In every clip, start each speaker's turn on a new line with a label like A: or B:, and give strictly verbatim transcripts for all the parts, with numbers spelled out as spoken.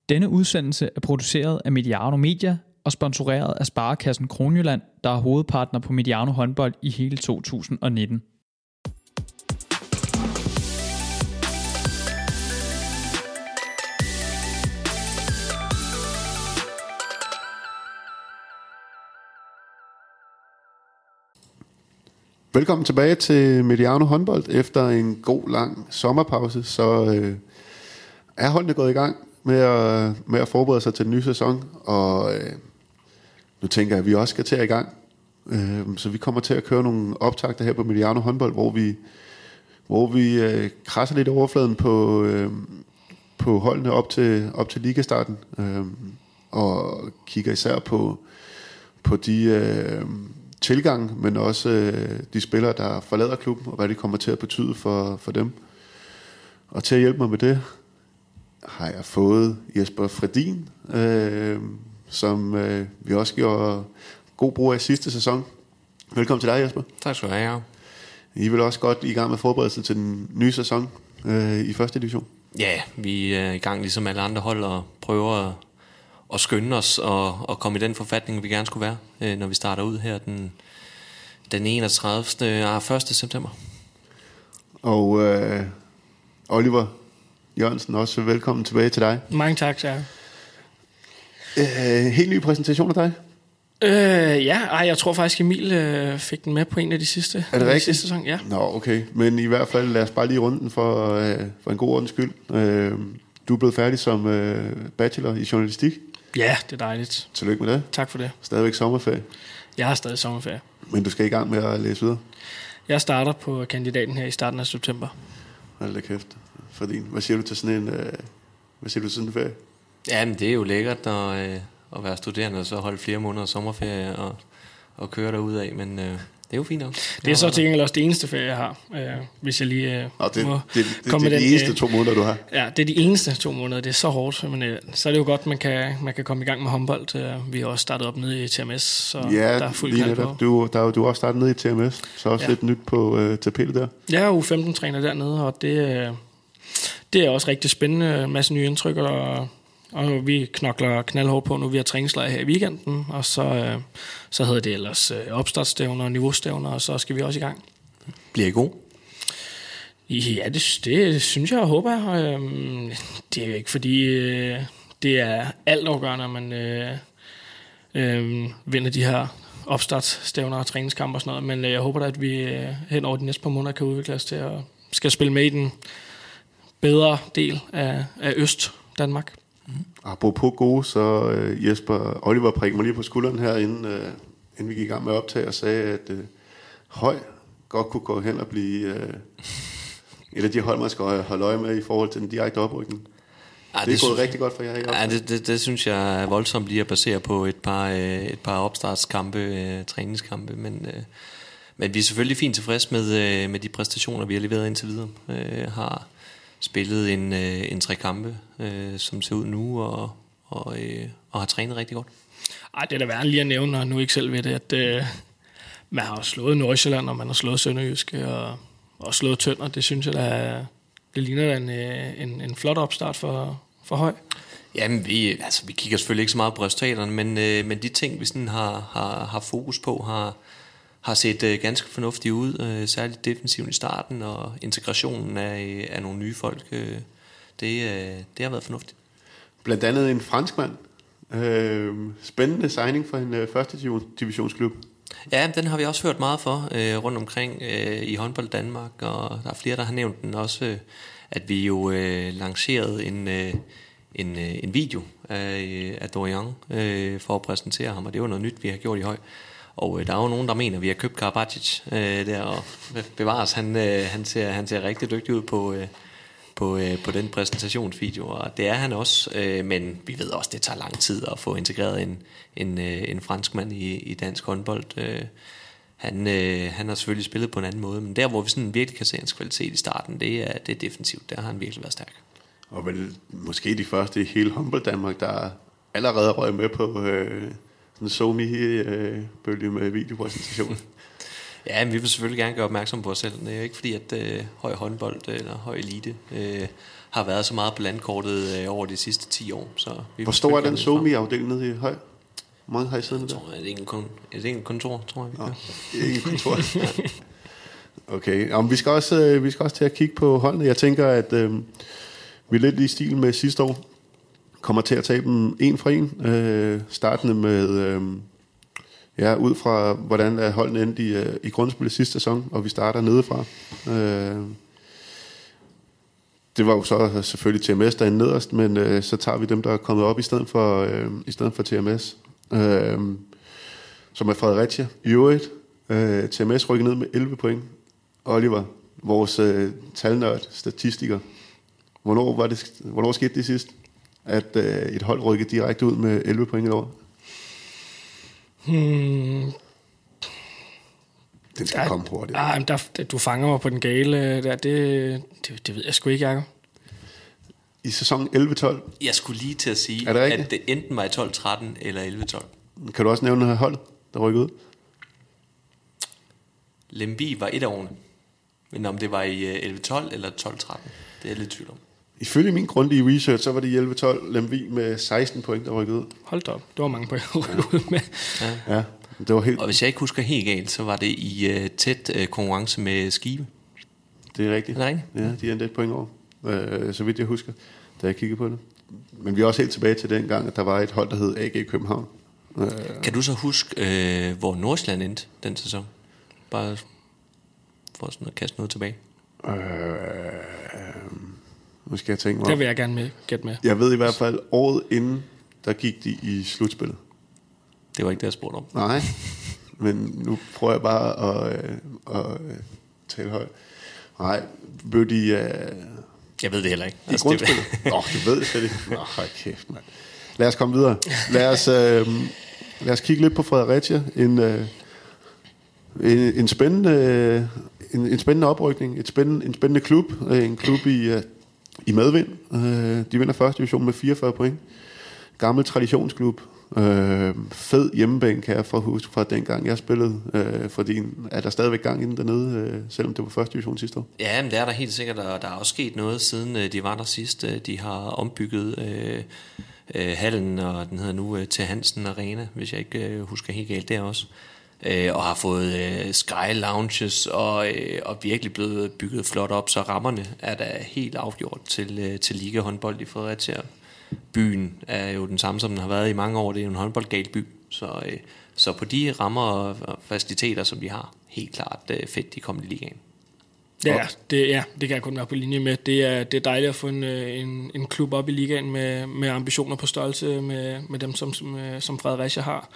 A: Denne udsendelse er produceret af Mediano Media og sponsoreret af Sparekassen Kronjylland, der er hovedpartner på Mediano håndbold i hele to tusind og nitten.
B: Velkommen tilbage til Mediano håndbold. Efter en god lang sommerpause, så øh, er holdene gået i gang med at, med at forberede sig til den nye sæson. Og øh, nu tænker jeg, at vi også skal til i gang. Øh, så vi kommer til at køre nogle optagter her på Mediano håndbold, hvor vi, hvor vi øh, krasser lidt overfladen på, øh, på holdene op til, op til ligastarten. Øh, og kigger især på, på de... Øh, tilgang, men også øh, de spillere, der forlader klubben, og hvad det kommer til at betyde for, for dem. Og til at hjælpe mig med det, har jeg fået Jesper Fredin, øh, som øh, vi også gjorde god brug af sidste sæson. Velkommen til dig, Jesper.
C: Tak skal du have, ja.
B: I er vel også godt i gang med forberedelse til den nye sæson øh, i første division?
C: Ja, vi er i gang ligesom alle andre hold og prøver at og skynde os og, og komme i den forfatning, vi gerne skulle være, øh, når vi starter ud her den, den enogtredivte Ah, første september.
B: Og øh, Oliver Jørgensen, også velkommen tilbage til dig.
D: Mange tak, Sarah.
B: Øh, helt ny præsentation af dig?
D: Øh, ja, ej, jeg tror faktisk, Emil øh, fik den med på en af de sidste.
B: Er det rigtigt?
D: Sidste sæson, ja.
B: Nå, okay. Men i hvert fald, lad os bare lige runde den for, øh, for en god ordens skyld. Øh, du er blevet færdig som øh, bachelor i journalistik.
D: Ja, det er dejligt.
B: Tillykke med det.
D: Tak for det.
B: Stadigvæk sommerferie.
D: Jeg har stadig sommerferie.
B: Men du skal i gang med at læse videre?
D: Jeg starter på kandidaten her i starten af september.
B: Hold da kæft. Fredin, hvad siger du til sådan en, øh, hvad siger du til sådan en ferie?
C: Jamen, det er jo lækkert at, øh, at være studerende og så holde flere måneder sommerferie og, og køre derudad, men... Øh Det er jo fint nok.
D: Det er så til gengæld også det eneste ferie, jeg har, øh, hvis jeg lige øh,
B: Nå, det,
D: må
B: det, det,
D: komme
B: det, det
D: med
B: er de
D: den,
B: eneste
D: øh,
B: to måneder, du har.
D: Ja, det er de eneste to måneder. Det er så hårdt, men øh, så er det jo godt, man kan, man kan komme i gang med håndbold. Øh, vi har også startet op nede i T M S, så
B: ja,
D: der er fuld knald på.
B: Du, der, du har også startet nede i T M S, så også
D: ja.
B: lidt nyt på øh, tapetet der.
D: Jeg er U femten-træner dernede, og det, øh, det er også rigtig spændende. En masse nye indtryk, og Og vi knokler knaldhårdt på nu. Vi har træningslejr her i weekenden, og så, øh, så hedder det ellers øh, opstartsstævner og niveaustævner, og så skal vi også i gang.
C: Bliver I god?
D: Ja, det, det synes jeg og håber jeg. Øhm, det er jo ikke fordi, øh, det er altafgørende, at man øh, øh, vinder de her opstartsstævner og træningskampe og sådan noget, men øh, jeg håber da, at vi øh, hen over de næste par måneder kan udvikle os til at skal spille med i den bedre del af, af Øst Danmark.
B: Mm. Apropos gode, så uh, Jesper, Oliver prikkede mig lige på skulderen her, inden, uh, inden vi gik i gang med at optage, og sagde, at uh, Høj godt kunne gå hen og blive uh, et af de hold, man skal holde øje med i forhold til den direkte oprykning.
C: Ej,
B: det er
C: det
B: gået
C: synes,
B: rigtig godt for jer, ikke?
C: Ja, det, det, det synes jeg er voldsomt lige at basere på et par, øh, et par opstartskampe, øh, træningskampe, men, øh, men vi er selvfølgelig fint tilfreds med, øh, med de præstationer, vi har leveret indtil videre. Øh, har spillet en, øh, en tre kampe, øh, som ser ud nu, og, og, øh, og har trænet rigtig godt.
D: Ej, det er da værd lige at nævne, og nu ikke selv ved det, at øh, man har slået Nordsjælland, og man har slået Sønderjyske, og, og slået Tønder. Det synes jeg da, det ligner en, en, en flot opstart for, for Høj.
C: Jamen, vi, altså, vi kigger selvfølgelig ikke så meget på resultaterne, men, øh, men de ting, vi sådan har, har, har fokus på, har, har set øh, ganske fornuftigt ud, øh, særligt defensiven i starten, og integrationen af, af nogle nye folk. Øh, det, øh, det har været fornuftigt.
B: Blandt andet en franskmand. Øh, spændende signing for en øh, første divisionsklub.
C: Ja, den har vi også hørt meget for øh, rundt omkring øh, i håndbold Danmark, og der er flere, der har nævnt den også, øh, at vi jo øh, lancerede en, øh, en, øh, en video af, af Dorian øh, for at præsentere ham, og det var noget nyt, vi har gjort i Høj. Og øh, der er jo nogen, der mener, at vi har købt Karabatic øh, der, og bevares, han, øh, han, ser, han ser rigtig dygtig ud på, øh, på, øh, på den præsentationsvideo, og det er han også, øh, men vi ved også, det tager lang tid at få integreret en, en, øh, en franskmand i, i dansk håndbold. Øh, han, øh, han har selvfølgelig spillet på en anden måde, men der, hvor vi sådan virkelig kan se hans kvalitet i starten, det er, det er defensivt. Der har han virkelig været stærk.
B: Og vel måske de første i hele håndbold Danmark, der allerede røg med på øh, sådan en SoMe-bølge med videopræsentation.
C: Ja, men vi vil selvfølgelig gerne gøre opmærksom på os selv. Det er jo ikke fordi, at øh, høj håndbold eller høj elite øh, har været så meget på landkortet øh, over de sidste ti år. Så vi
B: Hvor stor er den SoMe-afdeling nede i Høj? Hvor mange har I siddende der?
C: Jeg tror, det er et enkelt, kon- et enkelt kontor, tror jeg. Vi
B: Nå,
C: kan.
B: ikke kontor. Okay, Jamen, vi, skal også, øh, vi skal også til at kigge på holdene. Jeg tænker, at øh, vi er lidt i stil med sidste år. Kommer til at tage dem en for en. Øh, startende med, øh, ja, ud fra hvordan holdene endte i, øh, i grundspillet sidste sæson, og vi starter nedefra. Øh, det var jo så selvfølgelig T M S derinde nederst, men øh, så tager vi dem, der er kommet op i stedet for, øh, i stedet for T M S. Øh, som er Fredericia i øvrigt. Øh, T M S rykker ned med elleve point. Oliver, vores øh, talnørd, statistiker. Hvornår, var det, hvornår skete det sidst, at øh, et hold rykkede direkte ud med elleve point i år?
D: Hmm.
B: Den skal der, komme hurtigt.
D: Ah, der, du fanger mig på den gale der. Det, det, det ved jeg sgu ikke, Jacob.
B: I sæson elleve tolv.
C: Jeg skulle lige til at sige,
B: det
C: at det enten var i tolv tretten eller elleve tolv.
B: Kan du også nævne holdet, der rykkede ud?
C: Lemvig var et af årene. Men om det var i elleve tolv eller tolv tretten, det er jeg lidt tvivl om.
B: Ifølge min grundige research, så var det i elleve tolv Lemvig med seksten point, der rykkede ud.
D: Hold da op, det var mange point at rykke ud med.
C: Ja.
B: Ja, det var helt...
C: Og hvis jeg ikke husker helt galt, så var det i uh, tæt uh, konkurrence med Skive.
B: Det er rigtigt.
C: Er det rigtigt?
B: Ja, de endte et point over, øh, så vidt jeg husker, da jeg kiggede på det. Men vi er også helt tilbage til den gang, at der var et hold, der hed A G København. Øh.
C: Kan du så huske, øh, hvor Nordsjælland endte den sæson? Bare for sådan at kaste noget tilbage.
B: Øh, nu skal jeg tænke mig.
D: Det vil jeg gerne med, gætte med.
B: Jeg ved i hvert fald, året inden, der gik de i slutspillet.
C: Det var ikke det, jeg spurgte om.
B: Nej, men nu prøver jeg bare at, øh, at øh, tale højt. Nej, blev de... Øh,
C: jeg ved det heller ikke.
B: I grundspillet? Nå, oh, du ved det slet ikke. Nå, hold kæft, mand. Lad os komme videre. Lad os, øh, lad os kigge lidt på Fredericia. En, øh, en, en, spændende, øh, en, en spændende oprykning. Et spændende, en spændende klub. En klub i, øh, i medvind. Øh, de vinder første division med fireogfyrre point. Gammel traditionsklub. Øh, fed hjemmebane, kan jeg få huske fra dengang jeg spillede. Øh, fordi er der stadigvæk gang i den dernede, øh, selvom det var første division sidste år?
C: Ja, men det er der helt sikkert, og der er også sket noget siden øh, de var der sidst. De har ombygget øh, øh, hallen, og den hedder nu øh, T. Hansen Arena, hvis jeg ikke øh, husker helt galt der også. Øh, og har fået øh, sky lounges og, øh, og virkelig blevet bygget flot op, så rammerne er da helt afgjort til, øh, til Liga håndbold i Fredericia. Byen er jo den samme, som den har været i mange år. Det er jo en håndboldgal by. Så, øh, så på de rammer og faciliteter, som de har, helt klart øh, fedt, de kommer i ligaen.
D: Ja, det, ja, det kan jeg kun være på linje med. Det er, det er dejligt at få en, en, en klub op i ligaen med, med ambitioner på størrelse med, med dem, som, som, som Fredericia har.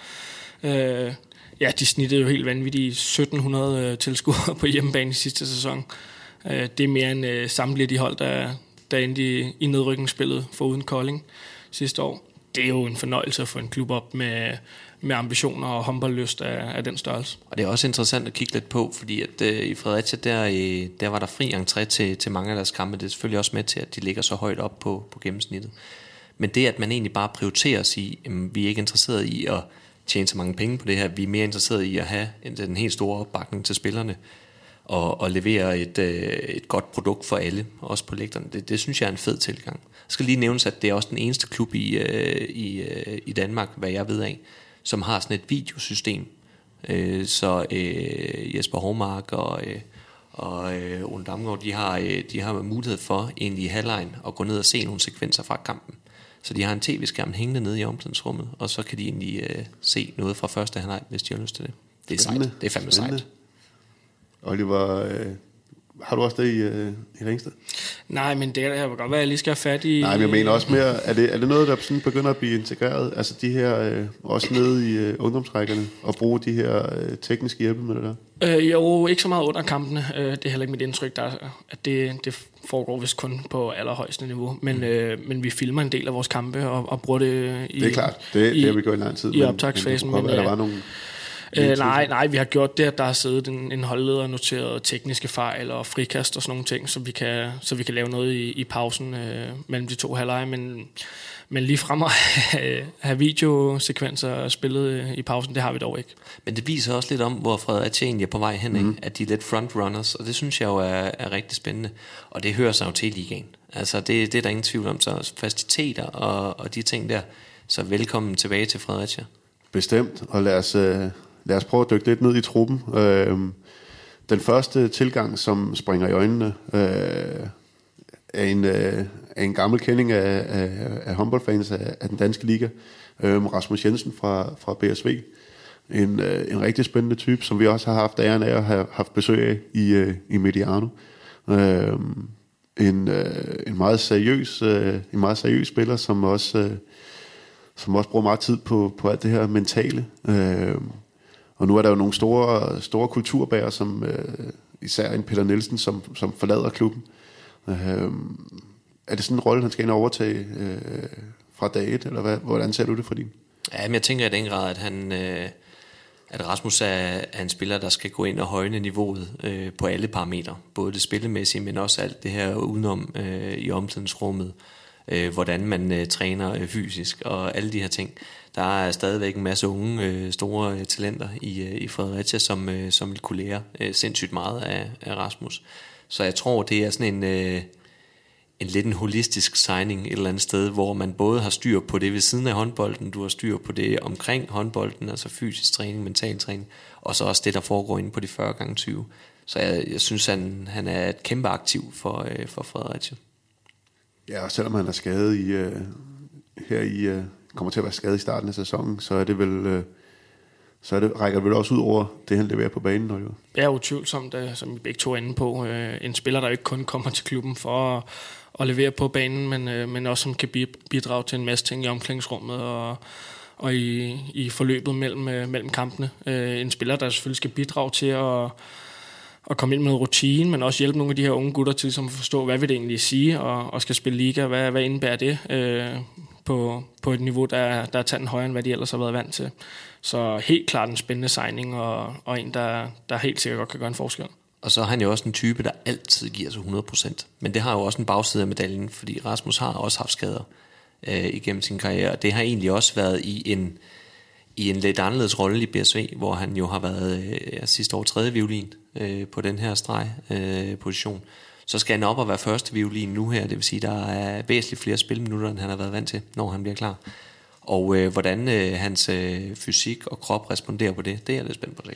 D: Øh, ja, de snittede jo helt vanvittigt sytten hundrede tilskuere på hjemmebane i sidste sæson. Øh, det er mere end øh, samtlige af de hold, der der endte i, i nedrykningsspillet for uden Kolding sidste år. Det er jo en fornøjelse at få en klub op med, med ambitioner og håndboldlyst af, af den størrelse.
C: Og det er også interessant at kigge lidt på, fordi at, øh, i Fredericia, der, øh, der var der fri entré til, til mange af deres kampe. Det er selvfølgelig også med til, at de ligger så højt op på, på gennemsnittet. Men det, at man egentlig bare prioriterer at sige, at vi er ikke interesseret i at tjene så mange penge på det her, vi er mere interesseret i at have den helt store opbakning til spillerne, og, og levere et, øh, et godt produkt for alle, også på lægterne. Det, det synes jeg er en fed tilgang. Jeg skal lige nævnes, at det er også den eneste klub i, øh, i, øh, i Danmark, hvad jeg ved af, som har sådan et videosystem. Øh, så øh, Jesper Hovmark og, øh, og øh, Ole Damgaard, de har, øh, de har mulighed for egentlig i halvlejen at gå ned og se nogle sekvenser fra kampen. Så de har en tv-skærm hængende nede i omklædningsrummet, og så kan de egentlig øh, se noget fra første halvleg, hvis de har lyst til det. Det er sejt. Det er fandme sejt.
B: Oliver, øh, har du også det i, øh, i Ringsted?
D: Nej, men det er godt være, at jeg lige skal have fat i...
B: Nej, men jeg mener også mere, er det, er det noget, der sådan begynder at blive integreret? Altså de her, øh, også nede i øh, ungdomsrækkerne, og bruge de her øh, tekniske hjælpemidler der?
D: Øh, jo, ikke så meget under kampene. Øh, det er heller ikke mit indtryk, der, at det, det foregår vist kun på allerhøjeste niveau. Men, mm. øh, men vi filmer en del af vores kampe og, og bruger det i...
B: Det er klart, det,
D: i,
B: det har vi gjort i lang tid.
D: I optagsfasen.
B: Men, men, men, der var nogle...
D: Øh, nej, nej, vi har gjort det, at der har siddet en, en holdleder noteret tekniske fejl og frikast og sådan nogle ting, så vi kan, så vi kan lave noget i, i pausen øh, mellem de to halvleje, men, men lige frem at have videosekvenser spillet i pausen, det har vi dog ikke.
C: Men det viser også lidt om, hvor Fredericia egentlig er på vej hen, mm. at de er lidt frontrunners, og det synes jeg jo er, er rigtig spændende, og det hører sig jo til i ligaen. Altså det, det er der ingen tvivl om, så faciliteter og, og de ting der, så velkommen tilbage til Fredericia.
B: Bestemt, og lad os, øh, lad os prøve at dykke lidt ned i truppen. Øh, den første tilgang, som springer i øjnene, øh, er, en, øh, er en gammel kending af, af, af håndboldfans af, af den danske liga, øh, Rasmus Jensen fra, fra B S V. En, øh, en rigtig spændende type, som vi også har haft æren af at have haft besøg af i, øh, i Mediano. Øh, en, øh, en meget seriøs, øh, en meget seriøs spiller, som også øh, som også bruger meget tid på, på alt det her mentale. Øh, og nu er der jo nogle store, store kulturbærere, som øh, især en Peter Nielsen, som, som forlader klubben. Øh, er det sådan en rolle, han skal ind og overtage øh, fra dag et, eller hvad, hvordan ser du det for din?
C: Ja, men jeg tænker i den grad, at han... Øh at Rasmus er, er en spiller, der skal gå ind og højne niveauet øh, på alle parametre. Både det spillemæssige, men også alt det her udenom øh, i omklædningsrummet. Øh, hvordan man øh, træner øh, fysisk og alle de her ting. Der er stadigvæk en masse unge, øh, store øh, talenter i, øh, i Fredericia, som, øh, som vil kunne lære øh, sindssygt meget af, af Rasmus. Så jeg tror, det er sådan en... Øh, en lidt en holistisk signing et eller andet sted, hvor man både har styr på det ved siden af håndbolden, du har styr på det omkring håndbolden, altså fysisk træning, mental træning, og så også det, der foregår inde på de fyrre gange tyve. Så jeg, jeg synes, han, han er et kæmpe aktiv for, øh, for Fredericia.
B: Ja, og selvom han er skadet i, øh, her i, øh, kommer til at være skadet i starten af sæsonen, så er det vel... Øh, så er det, rækker det vel også ud over det, han leverer på banen. Jo.
D: Det er utvivlsomt, som vi begge to er inde på. Øh, en spiller, der ikke kun kommer til klubben for at, at levere på banen, men, øh, men også som kan bidrage til en masse ting i omklædningsrummet og, og i, i forløbet mellem, øh, mellem kampene. Øh, en spiller, der selvfølgelig skal bidrage til at, at komme ind med rutine, men også hjælpe nogle af de her unge gutter til som at forstå, hvad vil det egentlig sige, og, og skal spille liga. Hvad, hvad indebærer det øh, på, på et niveau, der, der er tanden højere, end hvad de ellers har været vant til. Så helt klart en spændende signing, og, og en, der, der helt sikkert godt kan gøre en forskel.
C: Og så er han jo også en type, der altid giver sig hundrede procent. Men det har jo også en bagside af medaljen, fordi Rasmus har også haft skader øh, igennem sin karriere. Og det har egentlig også været i en, i en lidt anderledes rolle i B S V, hvor han jo har været øh, sidste år tredje violin øh, på den her streg øh, position. Så skal han op og være første violin nu her, det vil sige, der er væsentligt flere spilminutter, end han har været vant til, når han bliver klar. Og øh, hvordan øh, hans øh, fysik og krop responderer på det, det er jeg lidt spændt på at se.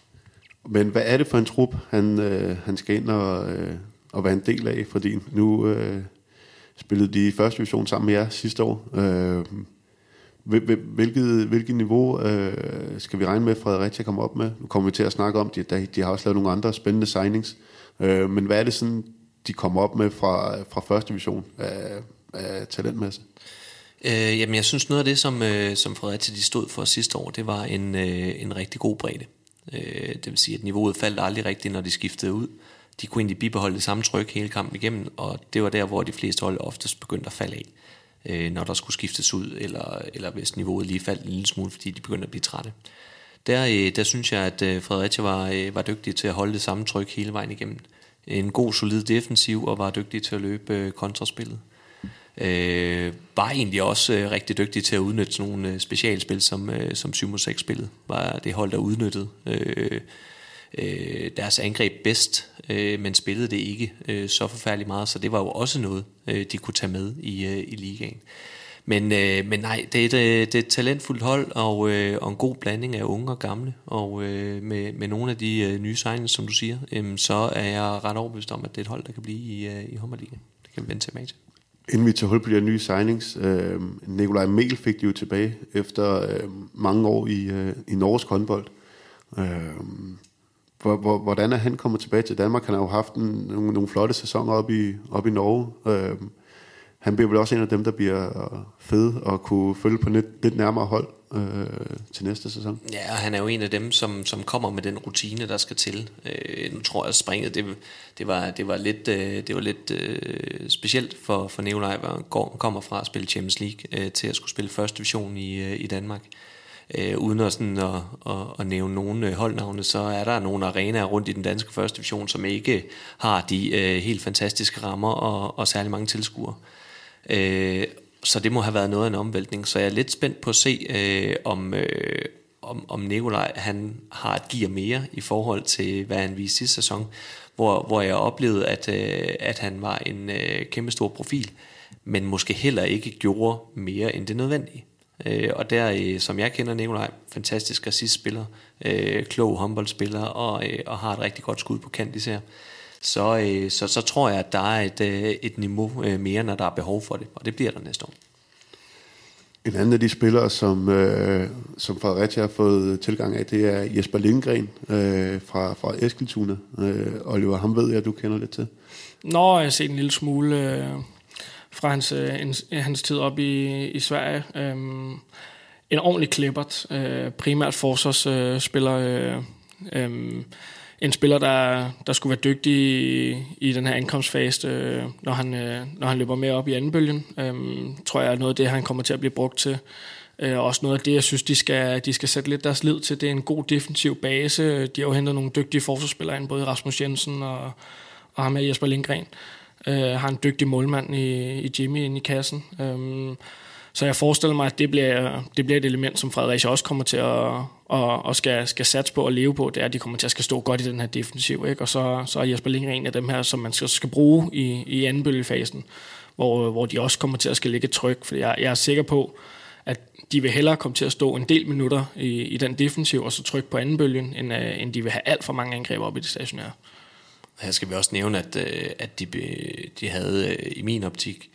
B: Men hvad er det for en trup, han, øh, han skal ind og, øh, og være en del af? Fordi nu øh, spillede de i første division sammen med jer sidste år. Øh, hvilket, hvilket niveau øh, skal vi regne med, Fredericia kommer op med? Nu kommer vi til at snakke om, at de, de har også lavet nogle andre spændende signings. Øh, men hvad er det sådan, de kommer op med fra, fra første division af, af talentmasse?
C: Øh, jamen jeg synes noget af det som, øh, som Fredericia de stod for sidste år, det var en, øh, en rigtig god bredde. øh, Det vil sige at niveauet faldt aldrig rigtigt, når de skiftede ud. De kunne egentlig bibeholde det samme tryk hele kampen igennem, og det var der hvor de fleste hold oftest begyndte at falde af, øh, når der skulle skiftes ud, eller, eller hvis niveauet lige faldt en lille smule, fordi de begyndte at blive trætte. Der, øh, der synes jeg at øh, Fredericia var, øh, var dygtig til at holde det samme tryk hele vejen igennem. En god solid defensiv, og var dygtig til at løbe øh, kontraspillet. Øh, var egentlig også øh, rigtig dygtig til at udnytte sådan nogle øh, specialspil, som, øh, som syv mod seks spillet var det hold, der udnyttede øh, øh, deres angreb bedst, øh, men spillede det ikke øh, så forfærdeligt meget, så det var jo også noget, øh, de kunne tage med i, øh, i ligaen. Men, øh, men nej, det er, et, det er et talentfuldt hold, og, øh, og en god blanding af unge og gamle, og øh, med, med nogle af de øh, nye signings, som du siger, øh, så er jeg ret overbevist om, at det er et hold, der kan blive i, øh, i Håndboldligaen. Det kan vi vende tilbage til.
B: Inden vi tager hul på de her nye signings, øh, Nikolaj Mehl fik de jo tilbage efter øh, mange år i, øh, i norsk håndbold. Øh, hvor, hvor, hvordan er han kommet tilbage til Danmark? Han har jo haft en, nogle, nogle flotte sæsoner op i, op i Norge. Øh, han bliver vel også en af dem, der bliver fed og kunne følge på lidt, lidt nærmere hold øh, til næste sæson.
C: Ja, og han er jo en af dem, som, som kommer med den rutine, der skal til. Øh, nu tror jeg, at springet, det, det, var, det var lidt, øh, det var lidt øh, specielt for, for Nikolaj, hvor han kommer fra at spille Champions League øh, til at skulle spille første division i, øh, i Danmark. Øh, uden at, sådan at, at, at nævne nogle holdnavne, så er der nogle arenaer rundt i den danske første division, som ikke har de øh, helt fantastiske rammer og, og særlig mange tilskuere. Øh, så det må have været noget af en omvæltning. Så jeg er lidt spændt på at se, øh, om, øh, om, om Nikolaj han har et gear mere i forhold til, hvad han viste sidste sæson, hvor, hvor jeg oplevede, at, øh, at han var en øh, kæmpe stor profil, men måske heller ikke gjorde mere end det nødvendige. Øh, og der, øh, som jeg kender Nikolaj, fantastisk assistspiller, øh, klog håndboldspiller og, øh, og har et rigtig godt skud på kant især. Så, øh, så, så tror jeg, at der er et, øh, et niveau øh, mere, når der er behov for det, og det bliver der næste år.
B: En anden af de spillere, som, øh, som Fredericia har fået tilgang af, det er Jesper Lindgren øh, fra, fra Eskilstuna. Øh, Oliver, ham ved jeg, at du kender lidt til.
D: Nå, jeg har set en lille smule øh, fra hans, øh, en, hans tid op i, i Sverige. Øh, en ordentlig klippert, øh, primært forsvarsspiller. Øh, øh, en spiller, der, der skulle være dygtig i, i den her ankomstfase, øh, når, han, øh, når han løber med op i anden bølgen. Øh, tror jeg er noget af det, han kommer til at blive brugt til. Øh, også noget af det, jeg synes, de skal, de skal sætte lidt deres lid til. Det er en god defensiv base. De har jo hentet nogle dygtige forsvarsspillere ind, både Rasmus Jensen og, og ham med Jesper Lindgren. Øh, har en dygtig målmand i, i Jimmy inde i kassen. Øh, Så jeg forestiller mig, at det bliver, det bliver et element, som Fredericia også kommer til at og, og skal, skal satse på og leve på. Det er, at de kommer til at skal stå godt i den her defensiv. Ikke? Og så, så er Jesper Lindgren en af dem her, som man skal, skal bruge i, i anden bølgefasen, hvor, hvor de også kommer til at skal lægge et tryk. For jeg, jeg er sikker på, at de vil hellere komme til at stå en del minutter i, i den defensiv, og så trykke på anden bølgen, end, end de vil have alt for mange angreb op i det stationære.
C: Her skal vi også nævne, at, at de, de havde i min optik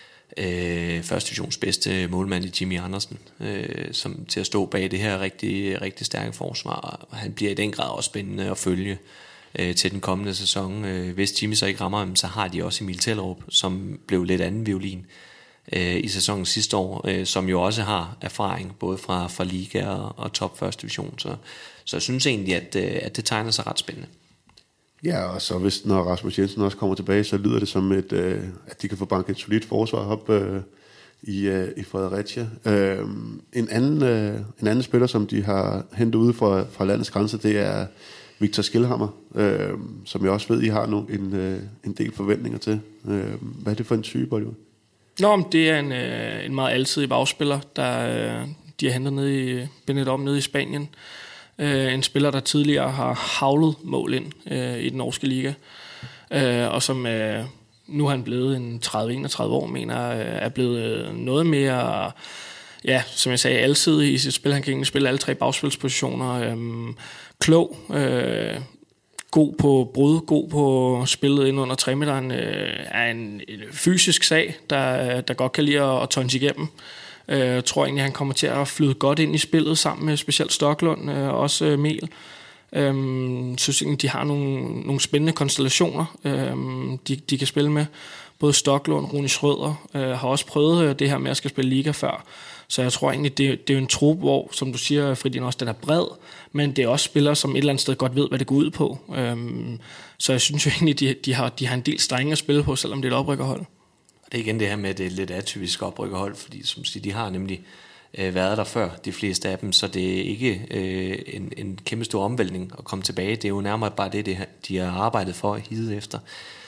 C: Øh, første divisions bedste målmand i Jimmy Andersen, øh, som til at stå bag det her rigtig, rigtig stærke forsvar. Han bliver i den grad også spændende at følge øh, til den kommende sæson. Øh, hvis Jimmy så ikke rammer dem, så har de også Emil Tellerup, som blev lidt anden violin øh, i sæsonen sidste år, øh, som jo også har erfaring både fra, fra liga og, og top første division. Så, så jeg synes egentlig, at, øh, at det tegner sig ret spændende.
B: Ja, og så hvis når Rasmus Jensen også kommer tilbage, så lyder det som, et, øh, at de kan få banket et solidt forsvar op øh, i, øh, i Fredericia. Øh, en, anden, øh, en anden spiller, som de har hentet ude fra, fra landets grænser, det er Victor Skilhammer, øh, som jeg også ved, I har nu en, øh, en del forventninger til. Øh, hvad er det for en type, Oliver?
D: Nå, men det er en, øh, en meget altidig bagspiller, der øh, de har hentet ned i, bindet op nede i Spanien. Uh, en spiller, der tidligere har havlet mål ind uh, i den norske liga, uh, og som uh, nu er han blevet en tredive enogtredive år, mener uh, er blevet uh, noget mere, ja, som jeg sagde, alsidig i sit spil. Han kan egentlig spille alle tre bagspilspositioner. Um, klog, uh, god på brud, god på spillet ind under tremeteren, uh, er en, en fysisk sag, der, der godt kan lide at, at tonse igennem. Jeg uh, tror egentlig, han kommer til at flyde godt ind i spillet sammen med specielt Stoklund og uh, også uh, Mel. Jeg um, synes egentlig, de har nogle, nogle spændende konstellationer, um, de, de kan spille med. Både Stoklund og Rune Schrøder uh, har også prøvet uh, det her med at skal spille liga før. Så jeg tror egentlig, det, det er en trup, hvor, som du siger, Fridin, også den er bred, men det er også spillere, som et eller andet sted godt ved, hvad det går ud på. Um, så jeg synes jo egentlig, de, de, har, de har en del strenge at spille på, selvom det er et oprykkerhold.
C: Det er igen det her med, at det er lidt atypisk oprykkerhold, fordi som siger, de har nemlig øh, været der før, de fleste af dem, så det er ikke øh, en, en kæmpe stor omvæltning at komme tilbage. Det er jo nærmere bare det, det de har arbejdet for at hide efter.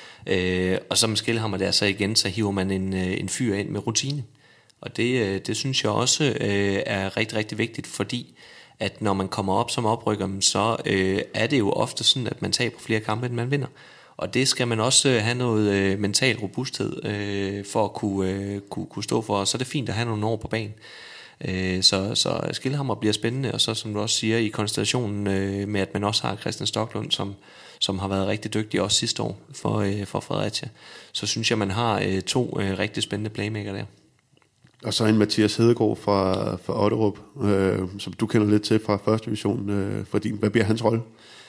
C: Øh, og som Skilhammer der så igen, så hiver man en, en fyr ind med rutine. Og det, det synes jeg også øh, er rigtig, rigtig vigtigt, fordi at når man kommer op som oprykker, så øh, er det jo ofte sådan, at man taber flere kampe, end man vinder. Og det skal man også øh, have noget øh, mental robusthed øh, for at kunne, øh, kunne, kunne stå for. Og så er det fint at have nogle år på banen. Øh, så, så Skilhammer bliver spændende. Og så som du også siger, i konstellationen øh, med, at man også har Christian Stoklund, som, som har været rigtig dygtig også sidste år for, øh, for Fredericia. Så synes jeg, man har øh, to øh, rigtig spændende playmaker der.
B: Og så en Mathias Hedegaard fra, fra Otterup, øh, som du kender lidt til fra første division. Øh, for din, hvad bliver hans rolle?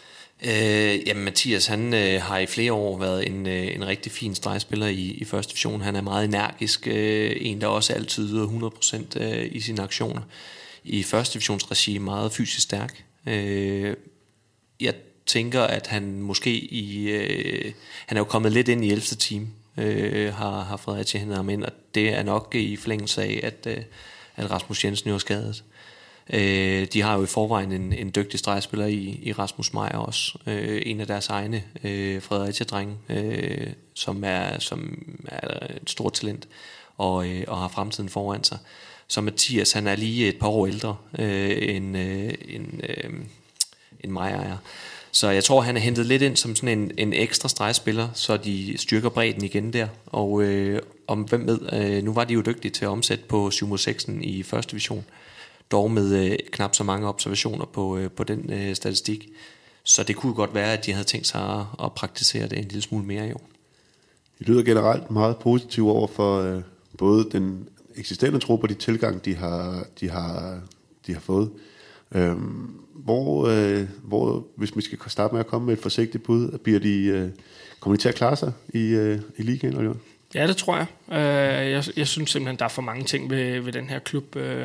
C: Øh, jamen Mathias, han øh, har i flere år været en, øh, en rigtig fin stregspiller i, i første division. Han er meget energisk, øh, en der også altid yder hundrede procent øh, i sine aktioner. I første divisionsregi meget fysisk stærk. Øh, jeg tænker, at han måske i... Øh, han er jo kommet lidt ind i ellevte team, øh, har, har Fredericia hentet ham ind, og det er nok i forlængelse af, at, øh, at Rasmus Jensen jo er skadet. Øh, de har jo i forvejen en, en dygtig stregspiller i, i Rasmus Meyer også, øh, en af deres egne øh, Fredericia-drenge, øh, som, er, som er et stort talent og, øh, og har fremtiden foran sig. Så Mathias, han er lige et par år ældre øh, end, øh, end, øh, end Meyer er. Så jeg tror, han er hentet lidt ind som sådan en, en ekstra stregspiller, så de styrker bredden igen der. Og øh, om hvem ved, øh, nu var de jo dygtige til at omsætte på syv mod seks i første division, dog med øh, knap så mange observationer på, øh, på den øh, statistik. Så det kunne godt være, at de havde tænkt sig at, at praktisere det en lille smule mere i år.
B: Det lyder generelt meget positivt over for øh, både den eksisterende trup og de tilgang, de har, de har, de har fået. Øhm, hvor, øh, hvor, hvis vi skal starte med at komme med et forsigtigt bud, bliver de, øh, kommer de til at klare sig i, øh, i ligaen, eller?
D: Ja, det tror jeg. Øh, jeg. Jeg synes simpelthen, der er for mange ting ved, ved den her klub, øh,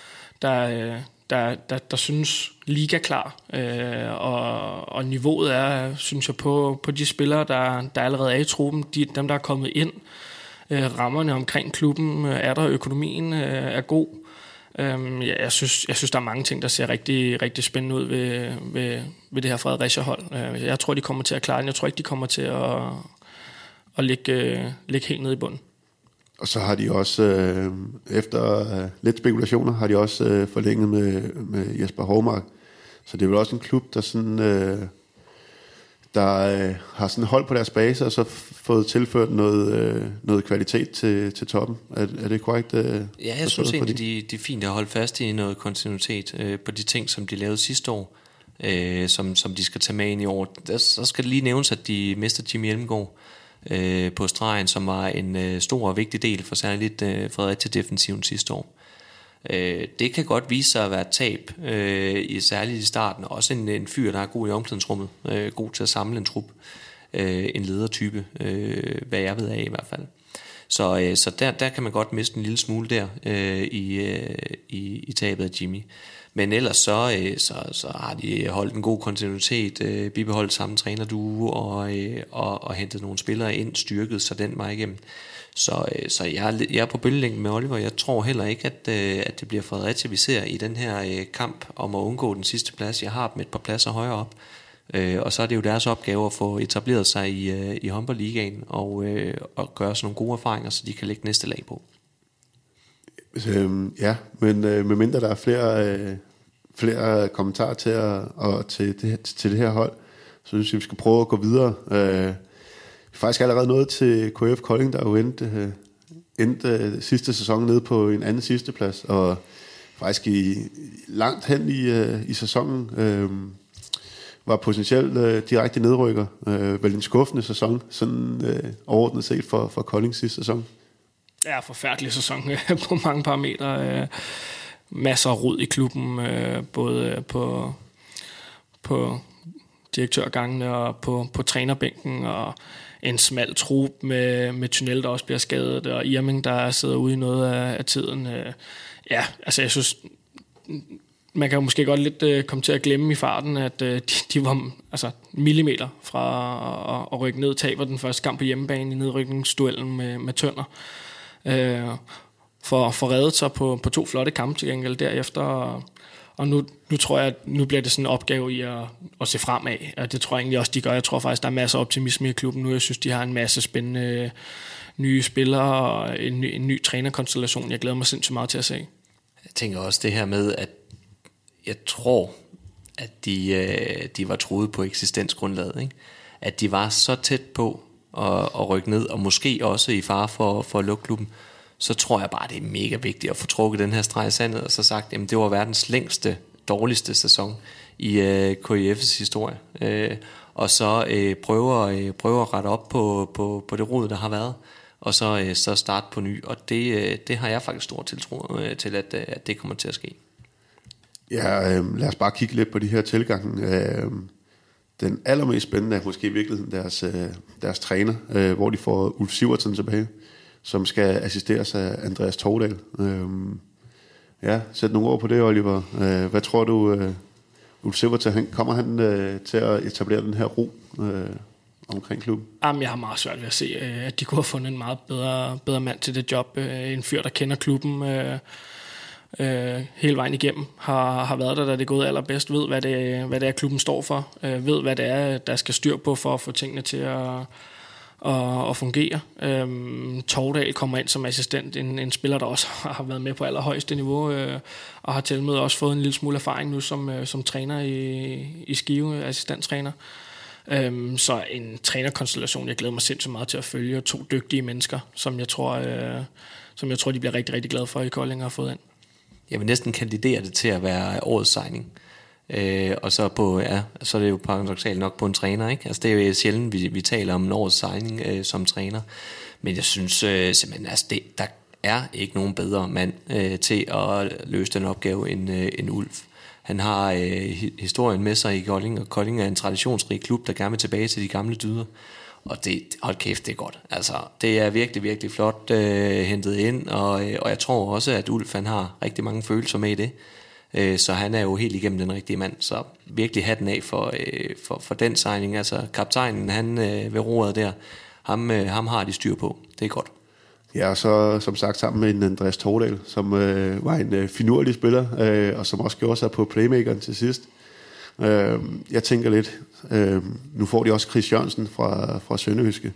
D: der, der, der, der synes liga klar. Øh, og, og niveauet er, synes jeg, på, på de spillere, der, der allerede er i truppen, de, dem, der er kommet ind. Øh, rammerne omkring klubben øh, er der, økonomien øh, er god. Øh, jeg, synes, jeg synes, der er mange ting, der ser rigtig, rigtig spændende ud ved, ved, ved det her Fredericia-hold. Øh, jeg tror, de kommer til at klare den. Jeg tror ikke, de kommer til at, at ligge, øh, ligge helt nede i bunden.
B: Og så har de også, øh, efter øh, lidt spekulationer, har de også øh, forlænget med, med Jesper Hovmark. Så det er vel også en klub, der sådan... Øh, der øh, har sådan hold på deres base, og så fået tilført noget, øh, noget kvalitet til, til toppen. Er, er det korrekt? Øh,
C: ja, jeg synes egentlig, de, de er fint at holde fast i noget kontinuitet øh, på de ting, som de lavede sidste år, øh, som, som de skal tage med ind i år. Der, så skal det lige nævnes, at de mistede Jimmy Elmgaard øh, på stregen, som var en øh, stor og vigtig del for særligt øh, Fredericia-defensiven sidste år. Øh, det kan godt vise sig at være et tab, øh, i, særligt i starten. Også en, en fyr, der er god i omklædningsrummet, øh, god til at samle en trup, øh, en ledertype, øh, hvad jeg ved af i hvert fald. Så, øh, så der, der kan man godt miste en lille smule der øh, i, øh, i, i tabet af Jimmy. Men ellers så, øh, så, så har de holdt en god kontinuitet, øh, bibeholdt samme trænerduo og, øh, og, og hentet nogle spillere ind, styrket så den vej igennem. Så, så jeg, er, jeg er på bølgelængden med Oliver. Jeg tror heller ikke, at, at det bliver Fredericia, vi ser i den her kamp om at undgå den sidste plads. Jeg har dem et par pladser højere op. Og så er det jo deres opgave at få etableret sig i, i håndboldligaen og, og gøre sådan nogle gode erfaringer, så de kan lægge næste lag på.
B: Øhm, ja, men øh, medmindre der er flere, øh, flere kommentarer til, at, og til, det, til det her hold, så synes jeg, vi skal prøve at gå videre. Øh, Faktisk allerede nået til K F Kolding, der jo endte, øh, endte øh, sidste sæson nede på en anden sidsteplads, og faktisk i, langt hen i, øh, i sæsonen øh, var potentielt øh, direkte nedrykker. Øh, vel en skuffende sæson, sådan øh, overordnet set for, for Kolding sidste sæson.
D: Ja, forfærdelig sæson på mange parametre. Øh, masser af rod i klubben, øh, både på, på direktørgangene og på, på trænerbænken, og en smal trup med, med Tunnel, der også bliver skadet, og Irming, der sidder ude i noget af, af tiden. Ja, altså jeg synes, man kan måske godt lidt uh, komme til at glemme i farten, at uh, de, de var altså, millimeter fra at, at rykke ned, taber den første kamp på hjemmebane i nedrykningsduellen med, med Tønder. Uh, for, for reddet sig på, på to flotte kampe til gengæld derefter, og, og nu, nu tror jeg, at nu bliver det sådan en opgave i at, at se fremad. Og det tror jeg egentlig også, de gør. Jeg tror faktisk, der er masser af optimisme i klubben nu. Jeg synes, de har en masse spændende nye spillere og en ny, en ny trænerkonstellation. Jeg glæder mig sindssygt meget til at se.
C: Jeg tænker også det her med, at jeg tror, at de, de var troet på eksistensgrundlaget. Ikke? At de var så tæt på at, at rykke ned, og måske også i fare for, for at lukke klubben. Så tror jeg bare, det er mega vigtigt at få trukket den her streg i sandet, og så sagt, jamen det var verdens længste, dårligste sæson i øh, K I F's historie. Øh, og så øh, prøve, øh, prøve at rette op på, på, på det rod, der har været, og så, øh, så starte på ny. Og det, øh, det har jeg faktisk stor tiltro øh, til, at, øh, at det kommer til at ske.
B: Ja, øh, lad os bare kigge lidt på de her tilgange. Øh, den allermest spændende er måske i virkeligheden deres, øh, deres træner, øh, hvor de får Ulf Sivertsen tilbage, som skal assisteres af Andreas Tordal. Øhm, ja, sæt nogle ord på det, Oliver. Øh, hvad tror du, øh, Ulf Sivertsen, han, kommer han øh, til at etablere den her ro øh, omkring klubben?
D: Jamen, jeg har meget svært ved at se, øh, at de kunne have fundet en meget bedre, bedre mand til det job. Øh, en fyr, der kender klubben, øh, øh, øh, hele vejen igennem har, har været der, da det er gået allerbedst, ved, hvad det, hvad det er, klubben står for, øh, ved, hvad det er, der skal styr på for at få tingene til at, at, at fungere. Øhm, Tordal kommer ind som assistent, en, en spiller, der også har været med på allerhøjeste niveau, øh, og har til med også fået en lille smule erfaring nu som, øh, som træner i, i Skive, assistenttræner. Øhm, så en trænerkonstellation, jeg glæder mig sindssygt meget til at følge, to dygtige mennesker, som jeg tror, øh, som jeg tror de bliver rigtig, rigtig glade for, i Kolding har fået ind.
C: Jeg vil næsten kandidere det til at være årets signing. Øh, og så på ja, så er det jo paradoksalt nok på en træner, ikke? Altså det er jo sjældent vi, vi taler om en årets signing øh, som træner, men jeg synes øh, simpelthen altså det, der er ikke nogen bedre mand øh, til at løse den opgave end, øh, end Ulf. Han har øh, historien med sig i Kolding, og Kolding er en traditionsrig klub, der gerne vil tilbage til de gamle dyder. Og det, hold kæft, det er godt. Altså, det er virkelig, virkelig flot øh, hentet ind, og, øh, og jeg tror også, at Ulf han har rigtig mange følelser med i det. Øh, så han er jo helt igennem den rigtige mand. Så virkelig hatten af for, øh, for, for den signing. Altså, kaptajnen, han øh, ved roret der, ham, øh, ham har de styr på. Det er godt.
B: Ja, og så som sagt sammen med en Andreas Tordal, som øh, var en øh, finurlig spiller, øh, og som også gjorde sig på playmakeren til sidst. Øh, jeg tænker lidt, øh, nu får de også Chris Jørgensen fra, fra Sønderjyske.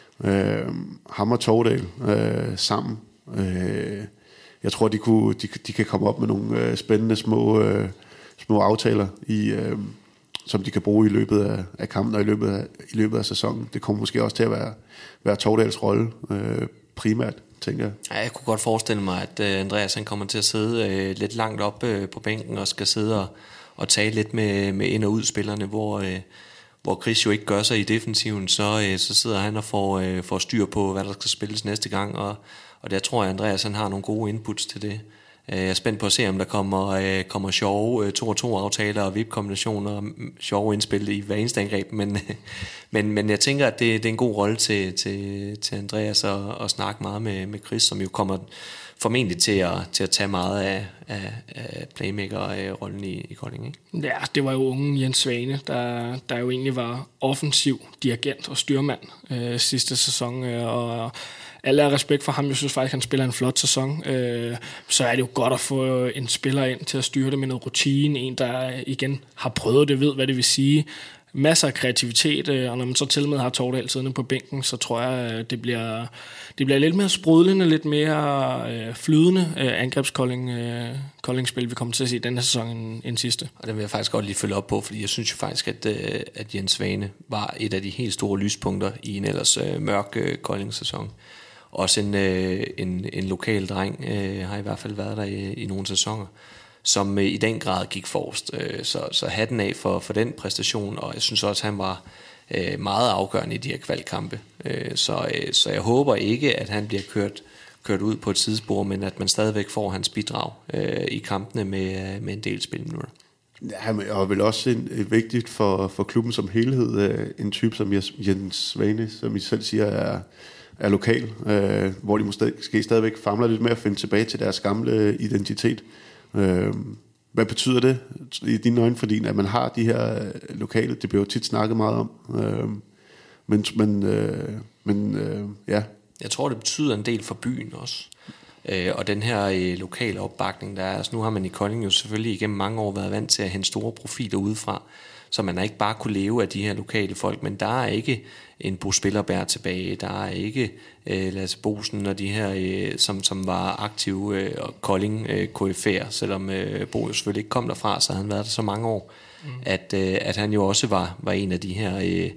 B: Øh, ham og Tordal øh, sammen. Øh, jeg tror, de, kunne, de, de kan komme op med nogle øh, spændende små, øh, små aftaler, i, øh, som de kan bruge i løbet af, af kampen og i løbet af, i løbet af sæsonen. Det kommer måske også til at være, være Tordals rolle, øh, primært, tænker jeg.
C: Ja, jeg kunne godt forestille mig, at uh, Andreas han kommer til at sidde uh, lidt langt op uh, på bænken og skal sidde og, og tale lidt med, med ind- og udspillerne, hvor, uh, hvor Chris jo ikke gør sig i defensiven, så, uh, så sidder han og får, uh, får styr på, hvad der skal spilles næste gang, og, og der tror jeg, at Andreas han har nogle gode inputs til det. Uh, jeg er spændt på at se, om der kommer, uh, kommer sjove uh, to og to aftaler og V I P-kombinationer og sjove indspil i hver eneste angreb, men, men, men jeg tænker, at det, det er en god rolle til, til, til Andreas at, at snakke meget med, med Chris, som jo kommer formentlig til at, til at tage meget af, af, af playmaker-rollen i, i Kolding, ikke?
D: Ja, det var jo unge Jens Svane, der, der jo egentlig var offensiv dirigent og styrmand øh, sidste sæson, øh, og alle er respekt for ham. Jeg synes faktisk, han spiller en flot sæson. Øh, så er det jo godt at få en spiller ind til at styre det med noget rutine. En, der igen har prøvet det, ved hvad det vil sige. Masser af kreativitet, øh, og når man så til med har Tordal siddende på bænken, så tror jeg, det bliver, det bliver lidt mere sprudlende, lidt mere øh, flydende øh, angrebskolding, øh, koldingspil, vi kommer til at se denne sæson end, end sidste.
C: Og det vil jeg faktisk godt lige følge op på, fordi jeg synes jo faktisk, at, øh, at Jens Svane var et af de helt store lyspunkter i en ellers øh, mørk øh, koldingssæson. Også en, øh, en, en lokal dreng øh, har i hvert fald været der i, i nogle sæsoner, som øh, i den grad gik forrest. Øh, så, så hatten af for, for den præstation, og jeg synes også, at han var øh, meget afgørende i de her kvalkampe. Øh, så, øh, så jeg håber ikke, at han bliver kørt, kørt ud på et sidespor, men at man stadigvæk får hans bidrag øh, i kampene med, med en del spilminutter.
B: Ja, og vel også en, en vigtigt for, for klubben som helhed, øh, en type som Jens Svane, som I selv siger, er er lokal, øh, hvor de måske stadigvæk famler lidt med at finde tilbage til deres gamle identitet. Øh, hvad betyder det i dine øjne, fordi at man har de her lokale, det bliver jo tit snakket meget om, øh, men, men, øh, men øh, ja.
C: Jeg tror, det betyder en del for byen også, øh, og den her øh, lokale opbakning, der er, altså nu har man i Kolding jo selvfølgelig igennem mange år været vant til at hente store profiler udefra, så man har ikke bare kunne leve af de her lokale folk, men der er ikke en Bo Spillerberg tilbage, der er ikke øh, Lasse Bosen og de her, øh, som, som var aktive øh, og Kolding øh, K F F'er, selvom øh, Bo jo selvfølgelig ikke kom derfra, så havde han været der så mange år, mm. at, øh, at han jo også var, var en af de her øh,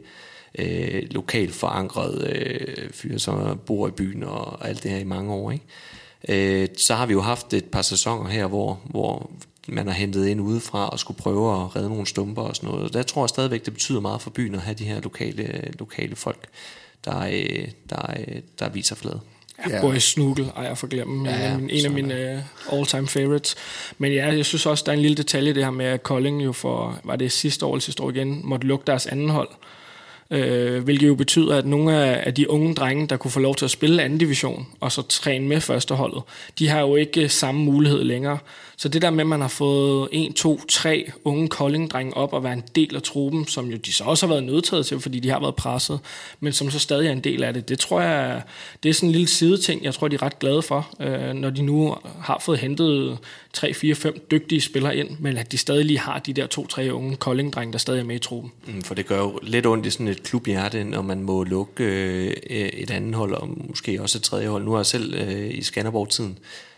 C: øh, lokalt forankrede øh, fyre, som bor i byen og alt det her i mange år, ikke? Øh, så har vi jo haft et par sæsoner her, hvor, hvor man har hentet ind udefra og skulle prøve at redde nogle stumper og sådan noget. Og der tror jeg stadigvæk, det betyder meget for byen at have de her lokale, lokale folk, der, der, der viser flade.
D: Ja, Boris Snugel, ej, jeg forglemmer ja, ja, en, en af mine uh, all-time favorites. Men ja, jeg synes også, der er en lille detalje det her med, at Kolding jo for, var det sidste år eller sidste år igen, måtte lukke deres anden hold. Øh, hvilket jo betyder, at nogle af, af de unge drenge, der kunne få lov til at spille anden division, og så træne med førsteholdet, de har jo ikke samme mulighed længere. Så det der med, at man har fået en, to, tre unge Kolding-drenge op og være en del af truppen, som jo de så også har været nødtaget til, fordi de har været presset, men som så stadig er en del af det, det tror jeg, det er sådan en lille sideting, jeg tror, de er ret glade for, øh, når de nu har fået hentet tre, fire, fem dygtige spillere ind, men at de stadig lige har de der to, tre unge Kolding-drenge, der stadig er med i truppen.
C: Mm, for det gør jo lidt ondt i sådan et klubhjerte, når man må lukke øh, et andet hold, og måske også et tredje hold. Nu har jeg selv øh, i Skanderborg-tiden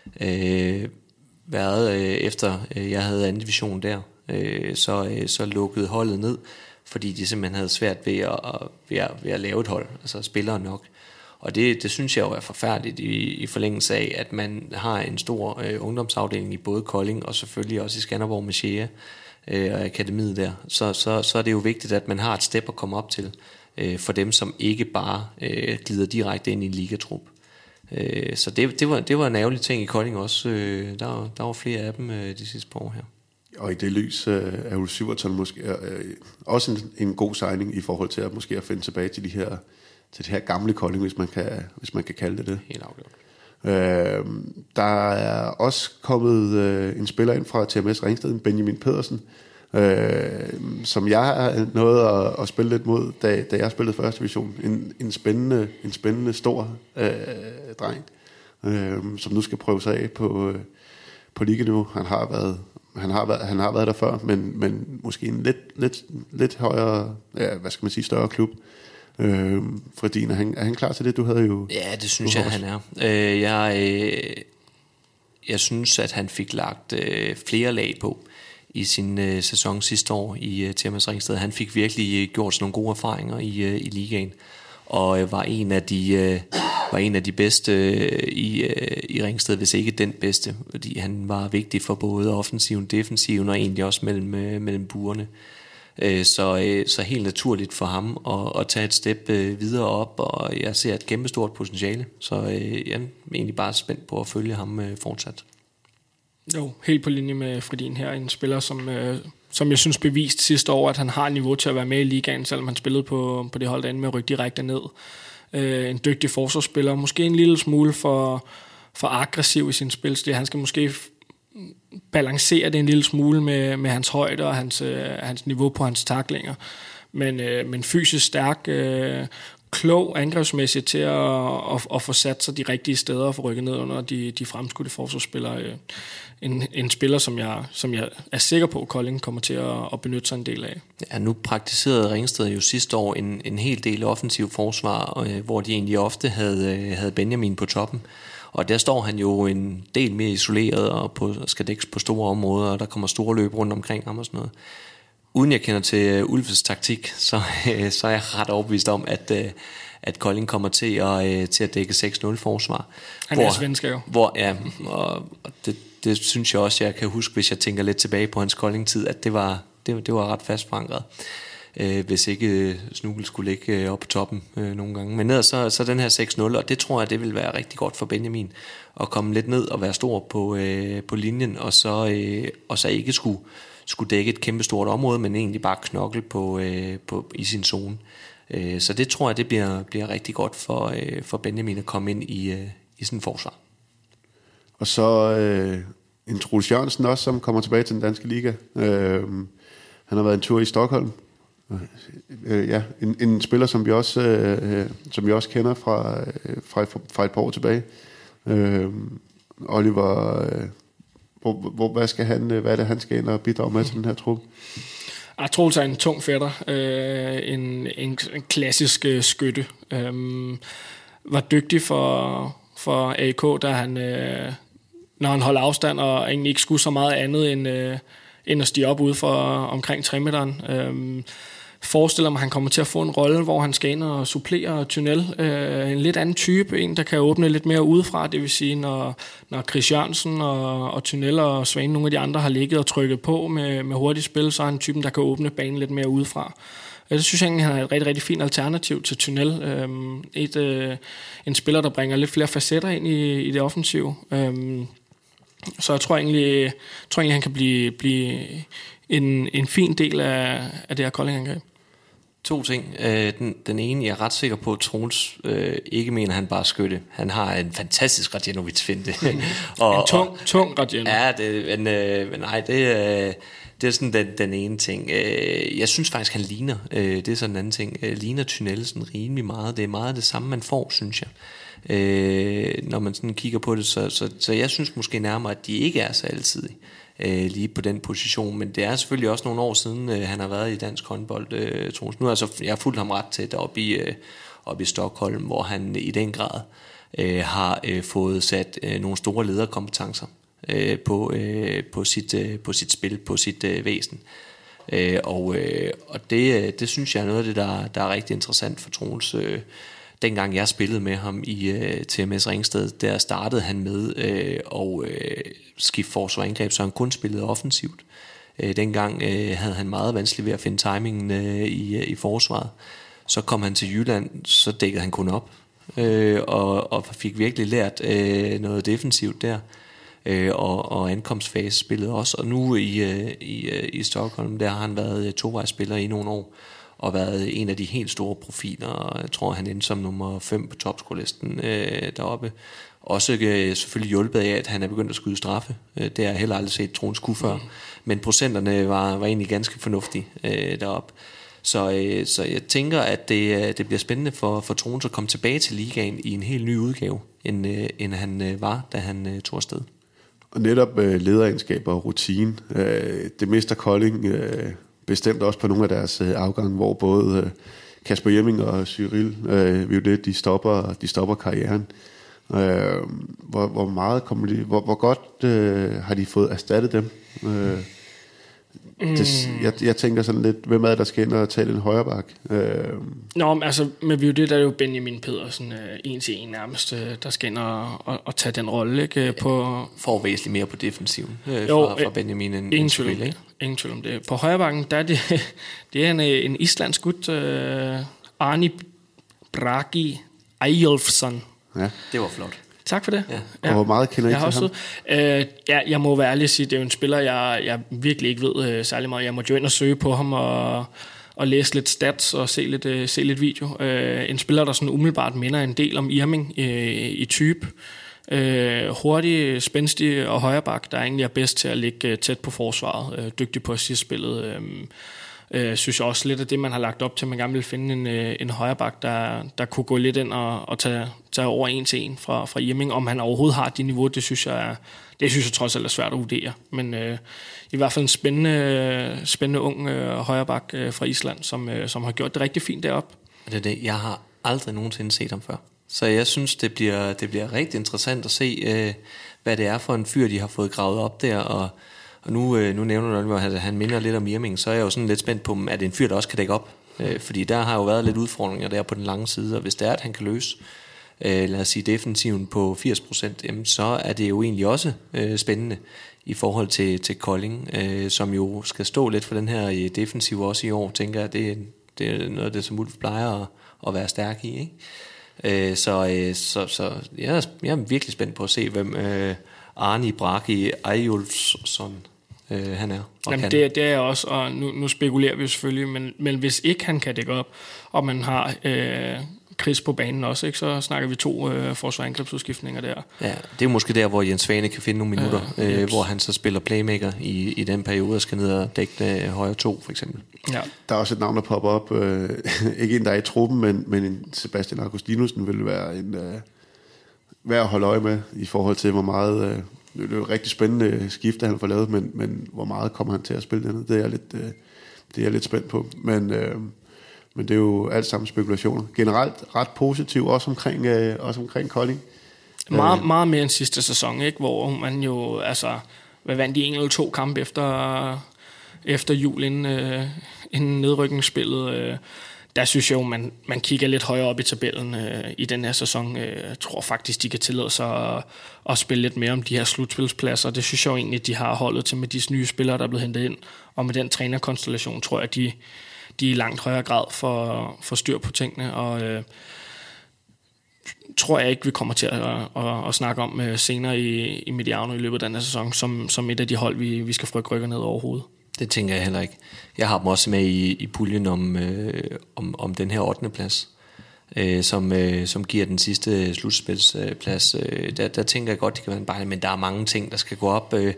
C: øh, været, øh, efter øh, jeg havde anden division der, øh, så, øh, så lukkede holdet ned, fordi de simpelthen havde svært ved at, ved at, ved at lave et hold, altså spillere nok. Og det, det synes jeg jo er forfærdeligt i, i forlængelse af, at man har en stor øh, ungdomsafdeling i både Kolding og selvfølgelig også i Skanderborg med Shea øh, og akademiet der. Så, så, så er det jo vigtigt, at man har et step at komme op til øh, for dem, som ikke bare øh, glider direkte ind i en ligatrup. Øh, så det, det, var, det var en ærgerlig ting i Kolding også. Øh, der, der var flere af dem øh, de sidste par år her.
B: Og i det lys øh, er Ulf Syverton måske øh, også en, en god signing i forhold til at måske at finde tilbage til de her til det her gamle Kolding, hvis man kan, hvis man kan kalde det det.
C: Helt afgjort.
B: Øh, der er også kommet øh, en spiller ind fra T M S Ringsted, Benjamin Pedersen, øh, som jeg nåede at, at spille lidt mod, da, da jeg spillede første division. En, en, spændende, en spændende stor øh, dreng, øh, som nu skal prøve sig af på, øh, på liganiveau. Han har været Han har, været, han har været der før, men, men måske en lidt, lidt, lidt højere, ja, hvad skal man sige, større klub. Øh, Fredin, er han, er han klar til det? Du havde jo...
C: Ja, det synes jeg, han er. Øh, jeg, øh, jeg synes, at han fik lagt øh, flere lag på i sin øh, sæson sidste år i øh, T M S Ringsted. Han fik virkelig øh, gjort sådan nogle gode erfaringer i, øh, i ligaen, og øh, var en af de øh, var en af de bedste øh, i, øh, i Ringsted, hvis ikke den bedste, fordi han var vigtig for både offensiven, defensiven og egentlig også mellem, øh, mellem buerne. Så, så helt naturligt for ham at, at tage et step videre op, og jeg ser et kæmpestort potentiale, så jeg er egentlig bare spændt på at følge ham fortsat.
D: Jo, helt på linje med Fredin her, en spiller, som, som jeg synes bevist sidste år, at han har niveau til at være med i ligaen, selvom han spillede på, på det hold derinde med at rykke direkte ned. En dygtig forsvarsspiller, måske en lille smule for, for aggressiv i sin spilstil. Han skal måske balancere det en lille smule med, med hans højde og hans, øh, hans niveau på hans tacklinger. Men, øh, men fysisk stærk, øh, klog angrebsmæssigt til at, at, at få sat sig de rigtige steder og få rykket ned under de, de fremskudte forsvarsspillere. Øh, en, en spiller, som jeg, som jeg er sikker på, at Kolding kommer til at, at benytte sig en del af.
C: Ja, nu praktiserede Ringsted jo sidste år en, en hel del offensiv forsvar, øh, hvor de egentlig ofte havde, havde Benjamin på toppen. Og der står han jo en del mere isoleret og på, skal dækkes på store områder, og der kommer store løb rundt omkring ham og sådan noget. Uden jeg kender til Ulfes taktik, så, så er jeg ret overbevist om, at, at Kolding kommer til at, til at dække seks nul forsvar.
D: Han er svensker jo.
C: Hvor, ja, og det, det synes jeg også, jeg kan huske, hvis jeg tænker lidt tilbage på hans Kolding-tid, at det var, det, det var ret fast forankret. Øh, hvis ikke Snugel skulle ligge øh, op på toppen øh, nogle gange. Men ned, så, så den her seks nul, og det tror jeg, det vil være rigtig godt for Benjamin, at komme lidt ned og være stor på, øh, på linjen, og så, øh, og så ikke skulle, skulle dække et kæmpe stort område, men egentlig bare knokle på, øh, på, i sin zone. Øh, så det tror jeg, det bliver, bliver rigtig godt for, øh, for Benjamin at komme ind i, øh, i sådan en forsvar.
B: Og så øh, en Troels Jørgensen også, som kommer tilbage til den danske liga. Øh, han har været en tur i Stockholm. Øh, ja, en, en spiller, som vi også, øh, som vi også kender fra, øh, fra, fra et par år tilbage. Øh, Oliver, øh, hvor, hvor, hvad, skal han, hvad er det, han skal ind og bidrage med til den her trup?
D: Jeg tror, det er en tung fætter. Øh, en, en, en klassisk øh, skytte. Øh, var dygtig for, for A I K, da han, øh, når han holdt afstand, og egentlig ikke skulle så meget andet end, øh, end at stige op ude for omkring tre meteren. Øh, forestiller mig, at han kommer til at få en rolle, hvor han skal ind og supplere Tunnel. Øh, en lidt anden type, en der kan åbne lidt mere udefra, det vil sige, når, når Chris Jørgensen og, og Tunnel og Svane, nogle af de andre, har ligget og trykket på med, med hurtigt spil, så er han typen, der kan åbne banen lidt mere udefra. Det synes jeg egentlig, han er et rigtig, rigtig fint alternativ til Tunnel. Øhm, et, øh, en spiller, der bringer lidt flere facetter ind i, i det offensive. Øhm, så jeg tror egentlig, tror egentlig han kan blive, blive en, en fin del af, af det her Kolding-angreb.
C: To ting. Øh, den, den ene, jeg er ret sikker på, at Troels øh, ikke mener, han bare skytte. Han har en fantastisk Radjenovic-finte. og,
D: en tung,
C: og,
D: tung Radjenovic.
C: Ja, det, men, øh, men nej, det, øh, det er sådan den, den ene ting. Øh, jeg synes faktisk, han ligner. Øh, det er sådan en anden ting. Øh, ligner Tynellesen rimelig meget. Det er meget det samme, man får, synes jeg. Øh, når man sådan kigger på det. Så, så, så jeg synes måske nærmere, at de ikke er så altid øh, lige på den position. Men det er selvfølgelig også nogle år siden, øh, han har været i dansk håndbold. Øh, nu altså, jeg har fulgt ham ret tæt oppe i, øh, op i Stockholm, hvor han i den grad øh, har øh, fået sat øh, nogle store lederkompetencer øh, på, øh, på, sit, øh, på sit spil, på sit øh, væsen. Øh, og øh, og det, det synes jeg er noget af det, der, der er rigtig interessant for Troels. Øh, dengang jeg spillede med ham i øh, T M S Ringsted, der startede han med øh, og øh, skifte forsvar indgreb, så han kun spillede offensivt. Øh, dengang øh, havde han meget vanskeligt ved at finde timingen øh, i, i forsvaret. Så kom han til Jylland, så dækkede han kun op, øh, og, og fik virkelig lært øh, noget defensivt der. Øh, og, og ankomstfase spillede også. Og nu i, øh, i, øh, i Stockholm, der har han været tovejsspiller i nogle år, og været en af de helt store profiler, og jeg tror, han endte som nummer fem på topscorelisten øh, deroppe. Også øh, selvfølgelig hjulpet af, at han er begyndt at skyde straffe. Øh, det har jeg heller aldrig set Troels kunne før. Mm. Men procenterne var, var egentlig ganske fornuftige øh, deroppe. Så, øh, så jeg tænker, at det, det bliver spændende for, for Troels at komme tilbage til ligaen i en helt ny udgave, end, øh, end han øh, var, da han øh, tog afsted.
B: Og netop øh, lederegenskaber og rutine, øh, det mister Kolding øh, bestemt også på nogle af deres øh, afgange, hvor både øh, Kasper Jemming og Cyril, øh, vi jo det, de stopper, de stopper karrieren. Øh, hvor, hvor meget kommer de, hvor, hvor godt øh, har de fået erstattet dem? Øh,
D: Mm.
B: Det, jeg, jeg tænker sådan lidt, hvem er det, der skal ind og tage den højre bak? Øh.
D: Nå, men altså, med vi jo det, der er jo Benjamin Pedersen, øh, en til en nærmest, øh, der skal ind og, og, og tage den rolle, ikke? På,
C: får væsentligt mere på defensiven øh,
D: jo,
C: fra, fra Benjamin end
D: ingen
C: Cyril, ikke?
D: Ingen tvivl om det. På højre bakken, der er det, det er en, en islandsk gut, øh, Arni Bragi Eyjolfsson.
B: Ja.
C: Det var flot.
D: Tak for det.
B: Ja. Ja. Og hvor meget kender I til ham?
D: Øh, ja, jeg må være ærlig at sige, det er jo en spiller, jeg, jeg virkelig ikke ved øh, særlig meget. Jeg må jo ind og søge på ham og, og læse lidt stats og se lidt, øh, se lidt video. Øh, en spiller, der sådan umiddelbart minder en del om Irming øh, i type. Øh, hurtig, spændstig og højreback, der egentlig er bedst til at ligge tæt på forsvaret. Øh, dygtig på assistspillet. Øh, Øh, synes jeg også lidt af det, man har lagt op til, at man gerne vil finde en, øh, en højreback, der, der kunne gå lidt ind og, og tage, tage over en til en fra, fra Irming. Om han overhovedet har de niveau, det synes jeg, det synes jeg trods alt er svært at vurdere. Men øh, i hvert fald en spændende, spændende ung øh, højreback øh, fra Island, som, øh, som har gjort det rigtig fint deroppe.
C: Det er det. Jeg har aldrig nogensinde set ham før. Så jeg synes, det bliver, det bliver rigtig interessant at se, øh, hvad det er for en fyr, de har fået gravet op der, og Og nu, øh, nu nævner du, at han minder lidt om Irming, så er jeg jo sådan lidt spændt på, at det er en fyr, der også kan dække op. Øh, fordi der har jo været lidt udfordringer der på den lange side, og hvis det er, at han kan løse, øh, lad os sige, defensiven på firs procent, jamen, så er det jo egentlig også øh, spændende i forhold til, til Kolding, øh, som jo skal stå lidt for den her defensiv også i år, tænker jeg, det, det er noget af det, som Ulf plejer at, at være stærk i, ikke? Øh, så, øh, så, så jeg, er, jeg er virkelig spændt på at se, hvem øh, Arni Bragi Eyjolfsson Øh, han er.
D: Jamen, det, det er jeg også, og nu, nu spekulerer vi jo selvfølgelig, men, men hvis ikke han kan dække op, og man har øh, Chris på banen også, ikke, så snakker vi to øh, forsvarsangrebsudskiftninger der.
C: Ja, det er måske der, hvor Jens Svane kan finde nogle minutter, ja, øh, hvor han så spiller playmaker i, i den periode, og skal ned og dække øh, højre to, for eksempel.
B: Ja. Der er også et navn, der popper op. Øh, ikke en, der er i truppen, men, men en Sebastian Augustinussen vil være en øh, værd at holde øje med, i forhold til, hvor meget... Øh, det er jo et rigtig spændende skifte, han får lavet, men, men hvor meget kommer han til at spille denne? Det er jeg lidt, øh, det er jeg lidt spændt på. Men, øh, men det er jo alt sammen spekulationer. Generelt ret positiv, også omkring, øh, også omkring Kolding.
D: Meget, øh. meget mere end sidste sæson, ikke? Hvor man jo, altså, hvad vandt de en eller to kampe efter, efter jul, inden, øh, inden nedrykningsspillet. Øh. Der synes jeg jo, man, man kigger lidt højere op i tabellen øh, i den her sæson. Øh, jeg tror faktisk, de kan tillade sig at, at spille lidt mere om de her slutspilspladser. Det synes jeg jo egentlig, de har holdet til med de nye spillere, der er blevet hentet ind. Og med den trænerkonstellation, tror jeg, at de, de i langt højere grad får, får styr på tingene. Og øh, tror jeg ikke, vi kommer til at, at, at snakke om øh, senere i, i Mediano i løbet af den her sæson, som, som et af de hold, vi, vi skal frygte rykker ned overhovedet.
C: Det tænker jeg heller ikke. Jeg har dem også med i, i puljen om, øh, om, om den her ottende plads, øh, som, øh, som giver den sidste slutspilsplads. Øh, der, der tænker jeg godt, det kan være en barn, men der er mange ting, der skal gå op. Øh,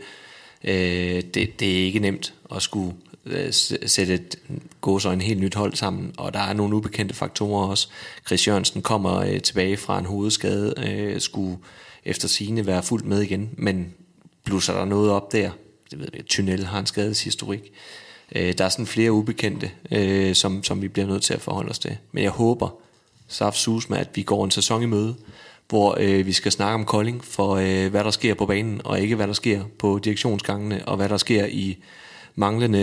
C: øh, det, det er ikke nemt at skulle øh, sætte et gås og en helt nyt hold sammen, og der er nogle ubekendte faktorer også. Chris Jørgensen kommer øh, tilbage fra en hovedskade, øh, skulle efter sigende være fuldt med igen, men blusser der noget op der? Det ved jeg, Tunnel har en skadeshistorik. Øh, der er sådan flere ubekendte, øh, som, som vi bliver nødt til at forholde os til. Men jeg håber, saft sus med, at vi går en sæson i møde, hvor øh, vi skal snakke om Kolding for, øh, hvad der sker på banen, og ikke hvad der sker på direktionsgangene, og hvad der sker i manglende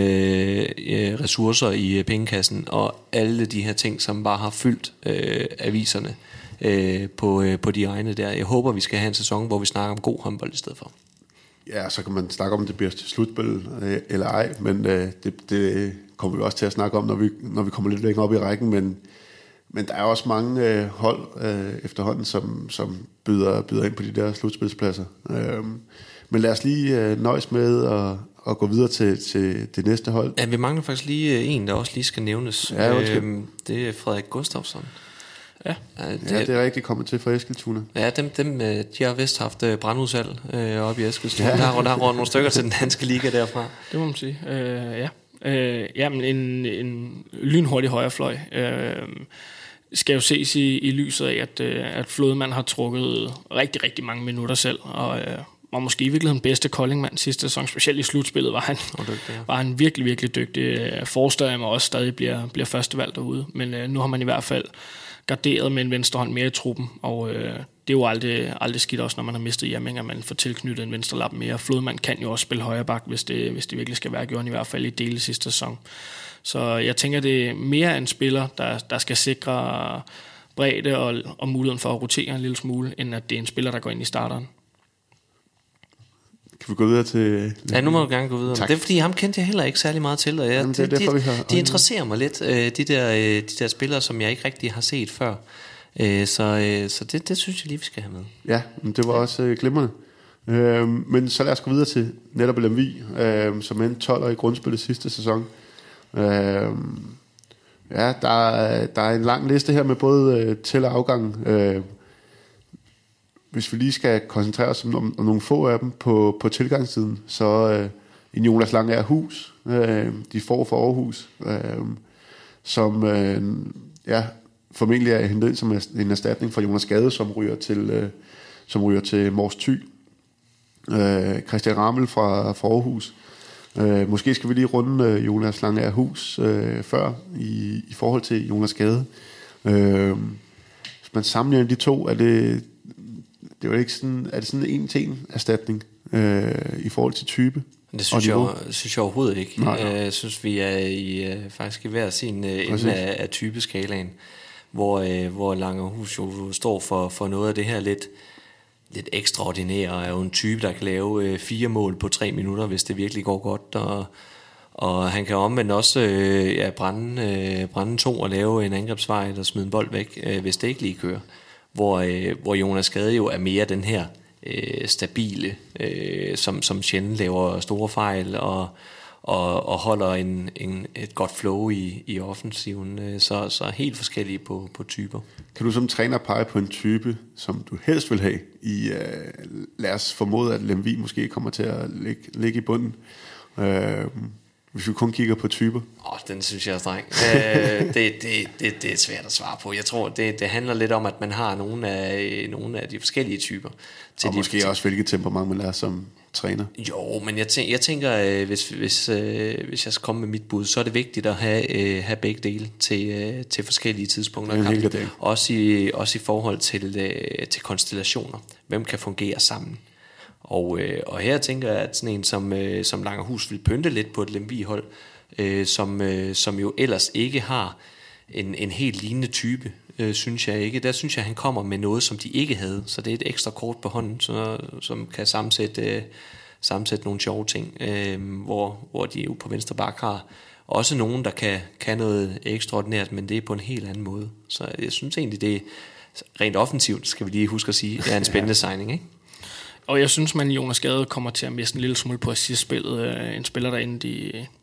C: øh, ressourcer i øh, pengekassen, og alle de her ting, som bare har fyldt øh, aviserne øh, på, øh, på de egne der. Jeg håber, vi skal have en sæson, hvor vi snakker om god håndbold i stedet for.
B: Ja, så kan man snakke om, det bliver til slutspil øh, eller ej, men øh, det, det kommer vi også til at snakke om, når vi, når vi kommer lidt længere op i rækken, men, men der er også mange øh, hold øh, efterhånden, som, som byder, byder ind på de der slutspilspladser. Øh, men lad os lige øh, nøjes med at, at gå videre til, til det næste hold.
C: Ja, vi mangler faktisk lige en, der også lige skal nævnes.
B: Ja,
C: øh, det er Frederik Gustafsson.
D: Ja.
C: Ja, det,
B: ja, det er rigtig kommet til fra Eskilstuna.
C: Ja, dem, dem, de har vist haft brandudsalg øh, oppe i Eskilstuna. Ja. Der har der rundt nogle stykker til den danske liga derfra.
D: Det må man sige. Øh, ja. Øh, jamen, en, en lynhurtig højrefløj øh, skal jo ses i, i lyset af, at, at Flodemand har trukket rigtig, rigtig mange minutter selv, og øh, var måske i virkeligheden bedste Koldingmand sidste sæson, specielt i slutspillet var han, dygtig, ja. var han virkelig, virkelig dygtig. Forstår mig også stadig bliver, bliver førstevalg derude, men øh, nu har man i hvert fald garderet med en venstre hånd mere i truppen, og øh, det er jo aldrig, aldrig skidt også, når man har mistet Hjemming, at man får tilknyttet en venstre lap mere. Flodmand kan jo også spille højre bak, hvis det, hvis det virkelig skal være, gjort i hvert fald i dele sidste sæson. Så jeg tænker, det er mere en spiller, der, der skal sikre bredde og, og muligheden for at rotere en lille smule, end at det er en spiller, der går ind i starteren.
B: Kan vi gå videre til...
C: Ja, nu må du gerne gå videre.
B: Tak.
C: Det er fordi, ham kendte jeg heller ikke særlig meget til, og jeg,
B: Jamen, det er
C: de,
B: derfor,
C: de,
B: vi har-
C: de interesserer mig lidt, de der, de der spillere, som jeg ikke rigtig har set før. Så, så det, det synes jeg lige, vi skal have med.
B: Ja, men det var også øh, glimrende. Øh, men så lad os gå videre til netop Lemvig, øh, som endte tolver i grundspillet sidste sæson. Øh, ja, der er, der er en lang liste her med både øh, til- og afgang. Øh, hvis vi lige skal koncentrere os om, om, om nogle få af dem på, på tilgangssiden, så øh, en Jonas Lange er Hus, øh, de får for Aarhus, øh, som øh, ja, formentlig er hentet ind som en erstatning for Jonas Gade, som ryger til, øh, som ryger til Mors Thy. Øh, Christian Rammel fra, fra Aarhus. Øh, måske skal vi lige runde øh, Jonas Lange er Hus øh, før i, i forhold til Jonas Gade. Øh, hvis man sammenligner de to, er det det er jo ikke sådan, er det sådan en til en erstatning øh, i forhold til type?
C: Det synes jeg, synes jeg overhovedet ikke. Nej, nej. Jeg synes, vi er i, faktisk i hver sin ende af, af typeskalaen, hvor, hvor Langehus jo står for, for noget af det her lidt, lidt ekstraordinære, og er jo en type, der kan lave fire mål på tre minutter, hvis det virkelig går godt, og, og han kan omvendt også ja, brænde, brænde to og lave en angrebsvej, der smide en bold væk, hvis det ikke lige kører. Hvor, øh, hvor Jonas Gade jo er mere den her øh, stabile, øh, som, som sjældent laver store fejl og, og, og holder en, en, et godt flow i, i offensiven. Så, så helt forskellige på, på typer.
B: Kan du som træner pege på en type, som du helst vil have i, øh, lad os formode, at Lemvig måske kommer til at ligge, ligge i bunden, øh, hvis vi kun kigger på typer?
C: Åh, oh, den synes jeg er streng. det, det, det, det er svært at svare på. Jeg tror, det, det handler lidt om, at man har nogle af, nogle af de forskellige typer.
B: Til og de måske også hvilket temperament man er som træner.
C: Jo, men jeg tænker, jeg tænker hvis, hvis, hvis jeg skal komme med mit bud, så er det vigtigt at have, have begge dele til, til forskellige tidspunkter. Også i, også i forhold til, til konstellationer. Hvem kan fungere sammen? Og, øh, og her tænker jeg, at sådan en som, øh, som Langehus vil pynte lidt på et Lemvig-hold, øh, som, øh, som jo ellers ikke har en, en helt lignende type, øh, synes jeg ikke. Der synes jeg, at han kommer med noget, som de ikke havde. Så det er et ekstra kort på hånden, så, som kan sammensætte, øh, sammensætte nogle sjove ting, øh, hvor, hvor de jo på venstre bak har også nogen, der kan, kan noget ekstraordinært, men det er på en helt anden måde. Så jeg synes egentlig, det er rent offensivt, skal vi lige huske at sige, det er en spændende signing, ikke?
D: Og jeg synes, man Jonas Gade kommer til at miste en lille smule på assistspillet. En spiller, der endte i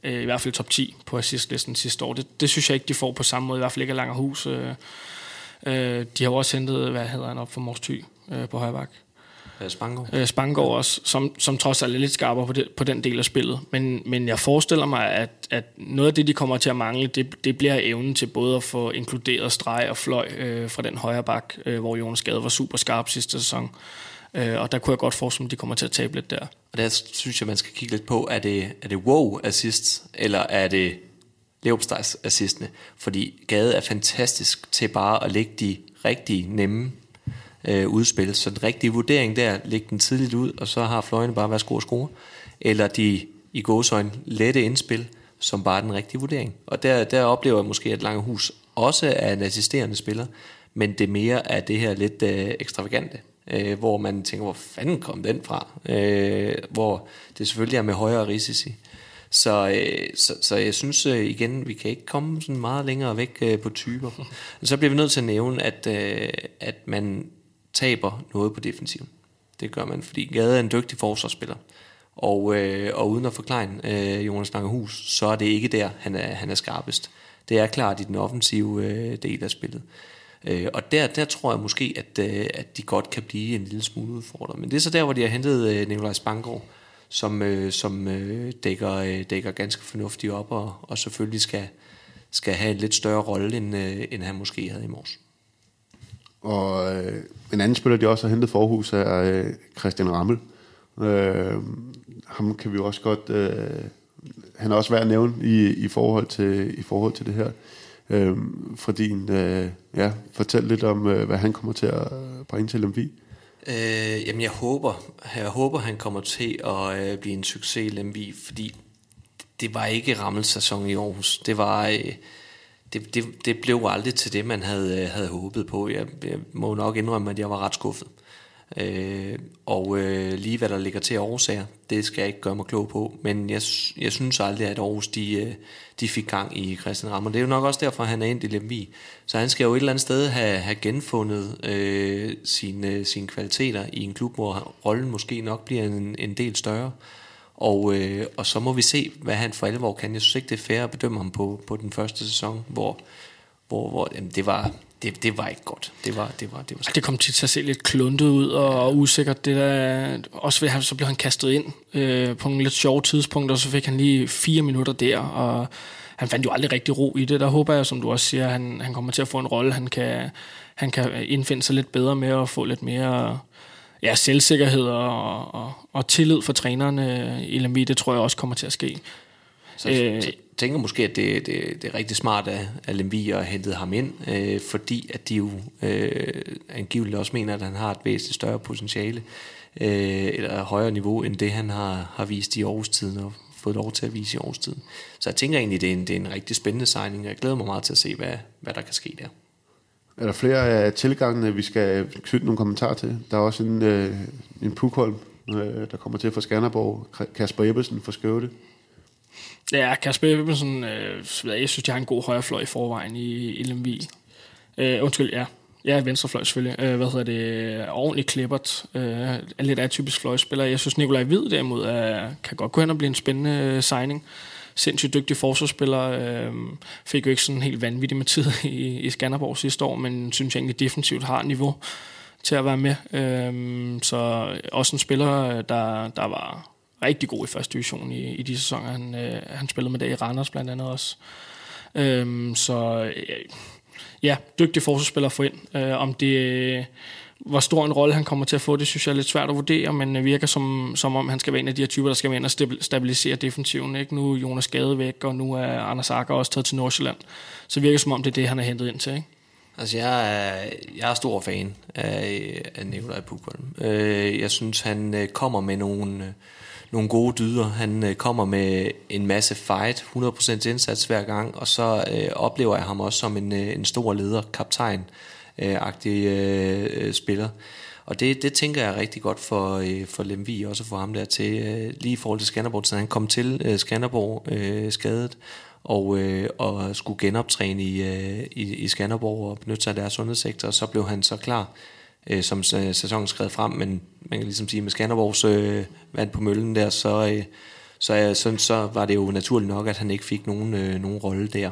D: øh, i hvert fald top ti på assistlisten sidste år. Det, det synes jeg ikke, de får på samme måde, i hvert fald ikke af Langerhus. Øh, øh, de har jo også hentet, hvad hedder han, op for Mors Thy øh, på højre bak.
C: Spangård.
D: Øh, Spangård også, som, som trods alt er lidt skarpere på, det, på den del af spillet. Men, men jeg forestiller mig, at, at noget af det, de kommer til at mangle, det, det bliver evnen til både at få inkluderet streg og fløj øh, fra den højre bak, øh, hvor Jonas Gade var super skarp sidste sæson. Øh, og der kunne jeg godt forestille mig, at de kommer til at tabe lidt der.
C: Og der synes jeg, man skal kigge lidt på, er det, er det wow assists, eller er det leverpostejs assistene? Fordi Gade er fantastisk til bare at lægge de rigtige, nemme øh, udspil. Så den rigtige vurdering der, lægge den tidligt ud, og så har fløjene bare været score og score. Eller de i gåseøjne lette indspil, som bare er den rigtige vurdering. Og der, der oplever jeg måske, at Langerhus også er en assisterende spiller, men det mere er det her lidt øh, ekstravagante. Øh, hvor man tænker, hvor fanden kom den fra? Øh, hvor det selvfølgelig er med højere risici. Så, øh, så, så jeg synes øh, igen, vi kan ikke komme sådan meget længere væk øh, på typer. Men så bliver vi nødt til at nævne, at, øh, at man taber noget på defensiven. Det gør man, fordi Gade er en dygtig forsvarsspiller. Og, øh, og uden at forklare øh, Jonas Langerhus, så er det ikke der, han er, han er skarpest. Det er klart i den offensive øh, del af spillet. Øh, og der, der tror jeg måske, at, øh, at de godt kan blive en lille smule udfordret. Men det er så der, hvor de har hentet øh, Nikolaj Spangård, som, øh, som øh, dækker, øh, dækker ganske fornuftigt op, og, og selvfølgelig skal, skal have en lidt større rolle, end, øh, end han måske havde i morges.
B: Og øh, en anden spiller, de også har hentet for Aarhus, er øh, Christian Rammel. Øh, ham kan vi også godt... Øh, han er også værd at nævne i, i, forhold, til, i forhold til det her. Øh, fordi, øh, ja, fortæl lidt om, øh, hvad han kommer til at bringe til Lemvig.
C: Øh, jamen jeg håber, jeg håber han kommer til at øh, blive en succes i Lemvig, fordi det var ikke Rammels sæson i Aarhus. Det var øh, det, det, det blev aldrig til det man havde havde håbet på. Jeg, jeg må nok indrømme, at jeg var ret skuffet. Øh, og øh, lige hvad der ligger til årsager, det skal jeg ikke gøre mig klog på, men jeg, jeg synes aldrig, at Aarhus de, de fik gang i Christian Rammel. Det er jo nok også derfor, han er endt i Lemvig. Så han skal jo et eller andet sted have, have genfundet øh, sine, sine kvaliteter i en klub, hvor rollen måske nok bliver en, en del større. Og, øh, og så må vi se, hvad han for alvor kan. Jeg synes ikke, det er fair at bedømme ham på, på den første sæson, hvor, hvor, hvor jamen, det var... Det, det var ikke godt. Det var, det var, det var
D: det kom til at se lidt kluntet ud og, og usikkert. Det der, også ved, så blev han kastet ind øh, på nogle lidt sjove tidspunkter, og så fik han lige fire minutter der, og han fandt jo aldrig rigtig ro i det. Der håber jeg, som du også siger, han, han kommer til at få en rolle, han kan, han kan indfinde sig lidt bedre med og få lidt mere ja, selvsikkerhed og, og, og tillid for trænerne i Lemvig. Det tror jeg også kommer til at ske.
C: Så jeg tænker måske, at det, det, det er rigtig smart af, af Lemvig at hente ham ind, øh, fordi at de jo øh, angiveligt også mener, at han har et væsentligt større potentiale, øh, eller højere niveau, end det han har, har vist i Aarhus-tiden, og fået lov til at vise i Aarhus-tiden. Så jeg tænker egentlig, det er en, det er en rigtig spændende signing, og jeg glæder mig meget til at se, hvad, hvad der kan ske der.
B: Er der flere af tilgangene, vi skal knytte nogle kommentarer til? Der er også en, øh, en Pukholm, øh, der kommer til fra Skanderborg, Kasper Ebbesen fra Skøvde.
D: Ja, Kasper Ebbesen, øh, jeg synes, de har en god højrefløj i forvejen i, i Lemvig. Øh, undskyld, ja. Ja, venstrefløj selvfølgelig. Øh, hvad hedder det? Ordentligt klippert. Øh, er lidt atypisk fløjspiller. Jeg synes, Nikolaj Hvid derimod er, kan godt gå hen og blive en spændende signing. Sindssygt dygtig forsvarsspiller. Øh, fik jo ikke sådan helt vanvittigt med tid i, i Skanderborg sidste år, men synes jeg egentlig defensivt har niveau til at være med. Øh, så også en spiller, der, der var rigtig god i første division i, i de sæsoner, han, øh, han spillede med der i Randers blandt andet også. Øhm, så øh, ja, dygtig forsvarsspiller at få ind. Øh, om det, hvor stor en rolle han kommer til at få, det synes jeg er lidt svært at vurdere, men virker som, som om han skal være en af de her typer, der skal være ind og stabilisere defensiven. Ikke? Nu er Jonas Gade væk, og nu er Anders Akker også taget til Nordsjælland. Så virker som om det er det, han er hentet ind til. Ikke?
C: Altså jeg er, jeg er stor fan af, af Nikolaj Pukholm. Øh, jeg synes, han kommer med nogle... nogle gode dyder. Han øh, kommer med en masse fight, hundrede procent indsats hver gang, og så øh, oplever jeg ham også som en, øh, en stor leder, kaptajn-agtig øh, spiller. Og det, det tænker jeg er rigtig godt for, øh, for Lemvig, også for ham der til, øh, lige i forhold til Skanderborg, så han kom til øh, Skanderborg øh, skadet, og, øh, og skulle genoptræne i, øh, i, i Skanderborg og benytte sig af deres sundhedssektor, og så blev han så klar, øh, som sæsonen skred frem, men man kan ligesom sige, med Skanderborgs øh, vand på møllen der, så, øh, Så, øh, så, så var det jo naturligt nok, at han ikke fik nogen, øh, nogen rolle der.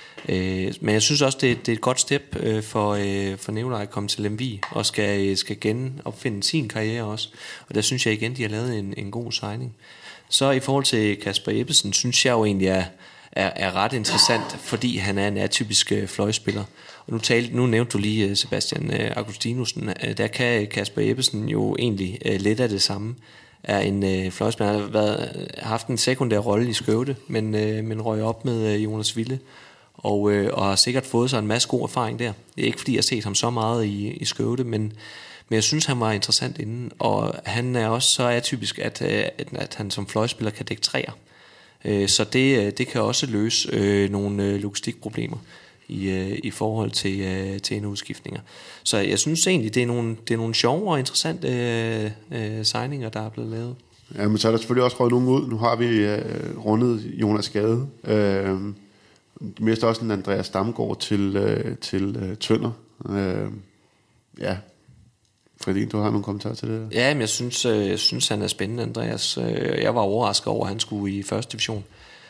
C: Øh, men jeg synes også, det, det er et godt step øh, for, øh, for Nikolaj at komme til Lemvig og skal, skal genopfinde sin karriere også. Og der synes jeg igen, de har lavet en, en god signing. Så i forhold til Kasper Ebbesen, synes jeg jo egentlig er, er, er ret interessant, fordi han er en atypisk øh, fløjspiller. Og nu, talte, nu nævnte du lige Sebastian øh, Augustinussen. Der kan Kasper Ebbesen jo egentlig øh, lidt af det samme. Er en øh, fløjspiller. Han har været, haft en sekundær rolle i Skövde, men, øh, men røg op med øh, Jonas Wille. Og, øh, og har sikkert fået sig en masse god erfaring der. Det er ikke fordi jeg har set ham så meget i, i Skövde, men, men jeg synes han var interessant inden. Og han er også så atypisk, at, at, at han som fløjspiller kan dække træer. Øh, så det, det kan også løse øh, nogle øh, logistikproblemer i, øh, i forhold til, øh, til indudskiftninger. Så jeg synes egentlig det er nogle, det er nogle sjove og interessante øh, øh, signinger, der er blevet lavet.
B: Ja, men så er der selvfølgelig også røget nogen ud. Nu har vi øh, rundet Jonas Gade. Øh, De mister også en Andreas Damgaard til, øh, til øh, Tønder. Øh, ja, Fredin, du har nogle kommentarer til det?
C: Ja, men jeg synes, øh, jeg synes han er spændende, Andreas. Øh, jeg var overrasket over, at han skulle i første division.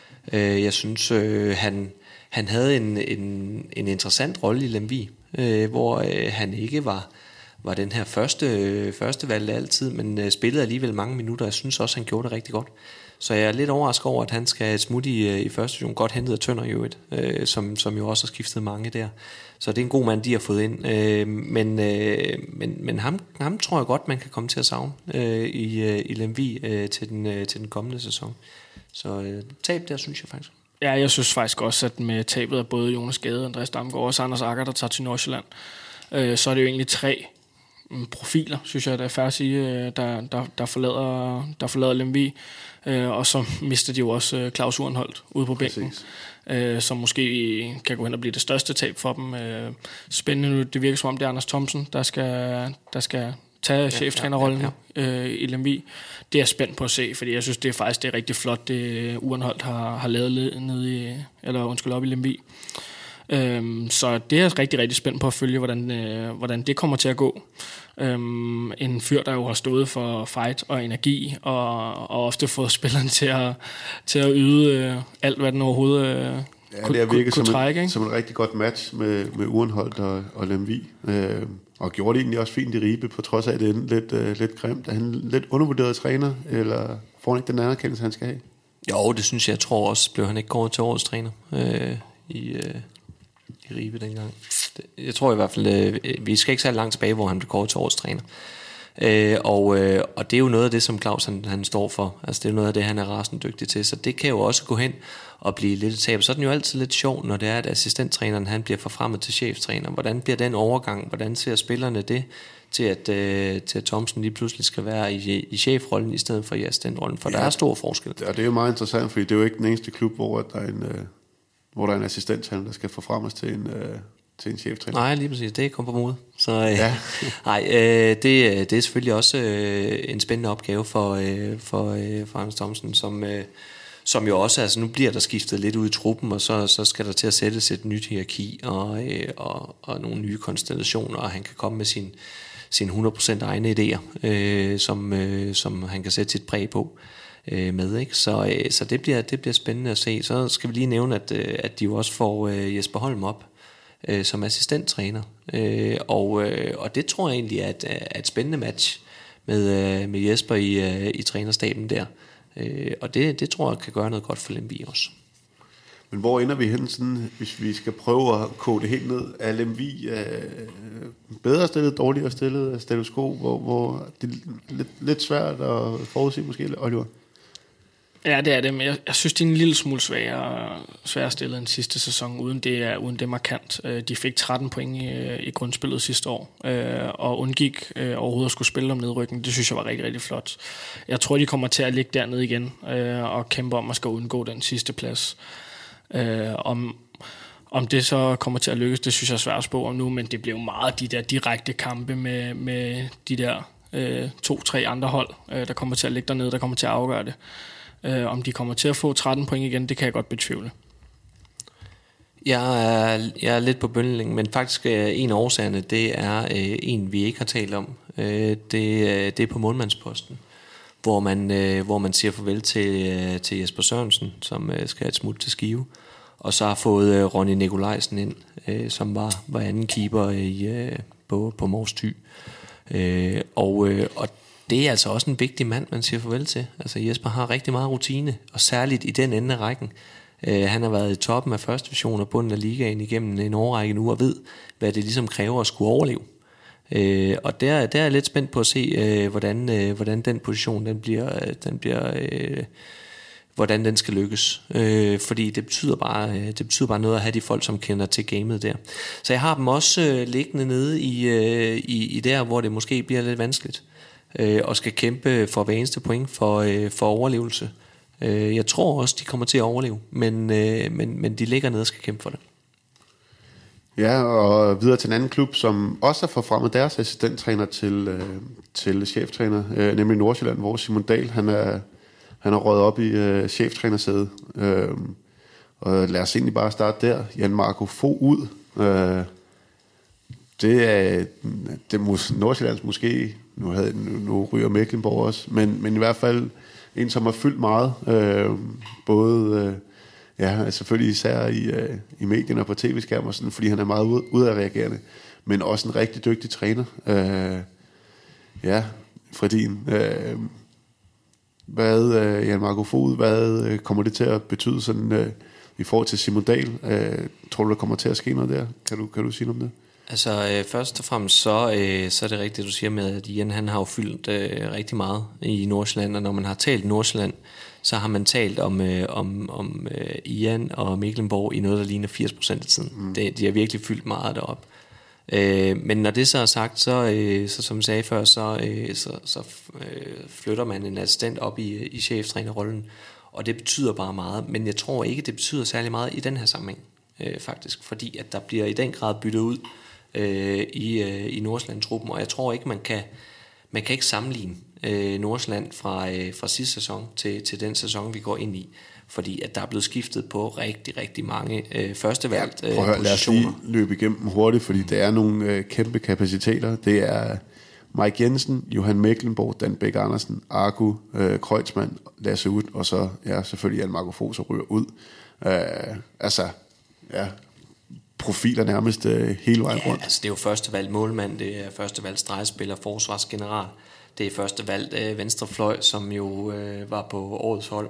C: Øh, jeg synes, øh, han, han havde en, en, en interessant rolle i Lemvig, øh, hvor øh, han ikke var, var den her første, øh, første valg altid, men øh, spillede alligevel mange minutter. Jeg synes også, han gjorde det rigtig godt. Så jeg er lidt overrasket over, at han skal smutte i, i første division. Godt hentet af Tønder i øvrigt, øh, som, som jo også har skiftet mange der. Så det er en god mand, de har fået ind. Øh, men øh, men, men ham, ham tror jeg godt, man kan komme til at savne øh, i, øh, i Lemvig øh, til, den, øh, til den kommende sæson. Så øh, tab der, synes jeg faktisk.
D: Ja, jeg synes faktisk også, at med tabet af både Jonas Gade, Andreas Damgaard og Anders Akker, der tager til Nordsjælland, øh, så er det jo egentlig tre profiler, synes jeg, der er fair at sige, der, der, der, forlader, der forlader Lemvig. Øh, og så mister de jo også Claus Urenholdt ude på bænken, øh, som måske kan gå hen og blive det største tab for dem. Øh, spændende nu, det virker som om det er Anders Thomsen, der skal, der skal tage ja, cheftrænerrollen ja, ja, ja. Øh, i Lemvig. Det er jeg spændt på at se, fordi jeg synes, det er faktisk det er rigtig flot, det Urenholdt har, har lavet nede i, eller undskyld op i Lemvig. Øhm, så det er jeg rigtig, rigtig spændt på at følge, hvordan, øh, hvordan det kommer til at gå. Øhm, en fyr, der jo har stået for fight og energi, og, og ofte fået spilleren til at, til at yde øh, alt, hvad den overhovedet øh, ja, kunne,
B: det kunne,
D: kunne
B: som
D: trække.
B: En, som en rigtig godt match med, med Urenholdt og, og Lemvig. Øh, og gjorde det egentlig også fint i Ribe, på trods af, at det er lidt, øh, lidt grimt. Er han en lidt undervurderet træner, eller får han ikke den anerkendelse, han skal have?
C: Jo, det synes jeg. Jeg tror også, blev han ikke gået til årets træner øh, i... Øh i Ribe dengang. Jeg tror i hvert fald, øh, vi skal ikke så langt tilbage, hvor han blev kåret til årets træner. Øh, og, øh, og det er jo noget af det, som Claus han, han står for. Altså det er noget af det, han er rasende dygtig til. Så det kan jo også gå hen og blive lidt et tab. Så er den jo altid lidt sjov, når det er, at assistenttræneren han bliver forfremmet til cheftræner. Hvordan bliver den overgang? Hvordan ser spillerne det til, at, øh, til at Thomsen lige pludselig skal være i, i chefrollen i stedet for i assistentrollen? For ja, der er stor forskel.
B: Og det er jo meget interessant, fordi det er jo ikke den eneste klub, hvor der er en... Øh hvor der er en assistenttræner, der skal forfremmes til en, øh, til en cheftræner.
C: Nej, lige præcis. Det er kommet på mod. Så øh, ja. nej, øh, det, det er selvfølgelig også øh, en spændende opgave for, øh, for, øh, for Anders Thomsen, som, øh, som jo også, altså nu bliver der skiftet lidt ud i truppen, og så, så skal der til at sættes et nyt hierarki og, øh, og, og nogle nye konstellationer, og han kan komme med sin, sin hundrede procent egne idéer, øh, som, øh, som han kan sætte sit præg på. Med, ikke? Så, så det, bliver, det bliver spændende at se. Så skal vi lige nævne, at, at de jo også får Jesper Holm op som assistenttræner. Og, og det tror jeg egentlig er et, er et spændende match med, med Jesper i, i trænerstaben der. Og det, det tror jeg kan gøre noget godt for Lemvig også.
B: Men hvor ender vi hen, sådan, hvis vi skal prøve at kode det helt ned? Er Lemvig øh, bedre stillet, dårligere stillet, status quo, hvor, hvor det er lidt, lidt svært at forudse måske, Oliver?
D: Ja, det er det, men jeg, jeg synes, det er en lille smule sværere, sværere stillet end sidste sæson, uden det er, uden det er markant. De fik tretten point i, i grundspillet sidste år, og undgik overhovedet at skulle spille om nedrykning. Det synes jeg var rigtig, rigtig flot. Jeg tror, de kommer til at ligge dernede igen og kæmpe om at skal undgå den sidste plads. Om, om det så kommer til at lykkes, det synes jeg er svært at spå om nu, men det bliver jo meget de der direkte kampe med, med de der øh, to-tre andre hold, øh, der kommer til at ligge dernede, der kommer til at afgøre det. Uh, om de kommer til at få tretten point igen, det kan jeg godt betvivle.
C: Jeg er, jeg er lidt på bølgelængden, men faktisk uh, en af årsagerne, det er uh, en, vi ikke har talt om. Uh, det, uh, det er på målmandsposten. hvor man, øh, hvor man siger farvel til, øh, til Jesper Sørensen, som øh, skal have et smut til Skive, og så har fået øh, Ronny Nikolajsen ind, øh, som var, var anden keeper i, øh, på, på Mors Thy. Øh, og, øh, og det er altså også en vigtig mand, man siger farvel til. Altså Jesper har rigtig meget rutine, og særligt i den ende af rækken. Øh, han har været i toppen af første division og bunden af ligaen igennem en årrække nu, og ved, hvad det ligesom kræver at skulle overleve. Øh, og der, der er jeg lidt spændt på at se, øh, hvordan, øh, hvordan den position, den bliver, den bliver øh, hvordan den skal lykkes. Øh, fordi det betyder, bare, det betyder bare noget at have de folk, som kender til gamet der. Så jeg har dem også øh, liggende nede i, øh, i, i der, hvor det måske bliver lidt vanskeligt. Øh, og skal kæmpe for hver eneste point for, øh, for overlevelse. Øh, jeg tror også, de kommer til at overleve, men, øh, men, men de ligger nede og skal kæmpe for det.
B: Ja, og videre til en anden klub, som også har forfremmet deres assistenttræner til, øh, til cheftræner, øh, nemlig Nordsjælland, hvor Simon Dahl, han er, han er røget op i øh, cheftrænersædet. Øh, og lad os egentlig bare starte der. Jan Marco Fogh ud. Øh, det er, det er Nordsjællands måske, nu, havde, nu, nu ryger Mecklenborg også, men, men i hvert fald en, som har fyldt meget. Øh, både... Øh, Ja, selvfølgelig især i, øh, i medierne og på tv-skærmer, sådan, fordi han er meget ud, udadreagerende, men også en rigtig dygtig træner. Øh, ja, Fredin, øh, hvad, øh, Jan Marco Fogh, hvad øh, kommer det til at betyde sådan, øh, i forhold til Simon Dahl? Øh, tror du, der kommer til at ske noget der? Kan du, kan du sige noget om det?
C: Altså øh, først og fremmest så, øh, så er det rigtigt, du siger med, at Ian han har jo fyldt øh, rigtig meget i Nordsjælland, og når man har talt Nordsjælland, så har man talt om, øh, om, om øh, Ian og Mecklenborg i noget, der ligner firs procent af tiden. Mm. Det, de har virkelig fyldt meget derop. Øh, men når det så er sagt, så, øh, så som jeg sagde før, så, øh, så, så øh, flytter man en assistent op i, i cheftrænerrollen, og det betyder bare meget. Men jeg tror ikke, det betyder særlig meget i den her sammenhæng, øh, faktisk, fordi at der bliver i den grad byttet ud øh, i, øh, i Nordsjælland-truppen, og jeg tror ikke, man kan, man kan ikke sammenligne øh, Nordsjælland fra, øh, fra sidste sæson til, til den sæson, vi går ind i, fordi at der er blevet skiftet på rigtig, rigtig mange øh, førstevalg øh,
B: ja, positioner. Lad os lige løbe igennem hurtigt, fordi det er nogle øh, kæmpe kapaciteter. Det er Mike Jensen, Johan Mecklenborg, Dan Bæk Andersen, Arku, øh, Kreutzmann, Lasse Ud, og så ja, selvfølgelig Jan Marco Fogh, så ryger ud. Øh, altså, ja, profiler nærmest øh, hele vejen
C: ja,
B: rundt.
C: Altså, det er jo første valg målmand, det er første valg stregspiller, forsvarsgeneral, det er første valg øh, venstrefløj, som jo øh, var på årets hold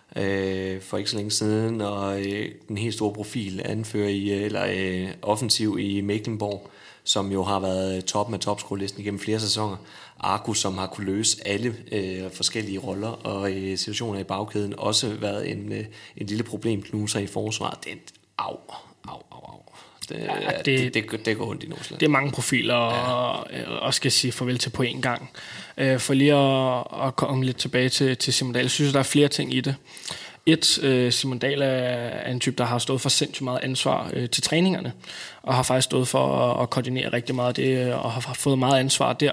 C: øh, for ikke så længe siden, og øh, den helt store profil anfører i, eller øh, offensiv i Mecklenborg, som jo har været toppen af topscorelisten igennem flere sæsoner. Arku, som har kunne løse alle øh, forskellige roller og øh, situationer i bagkæden, også været en, øh, en lille problemknuser i forsvaret. Det er au, au, au, au. Det, ja, det, det, det, det går ondt i Nordsjælland.
D: Det er mange profiler, ja. og, og skal sige farvel til på én gang. Øh, for lige at, at komme lidt tilbage til, til Simon Dahl, jeg synes, der er flere ting i det. Et, øh, Simon Dahl er en type, der har stået for sindssygt meget ansvar øh, til træningerne, og har faktisk stået for at, at koordinere rigtig meget af det, og har fået meget ansvar der.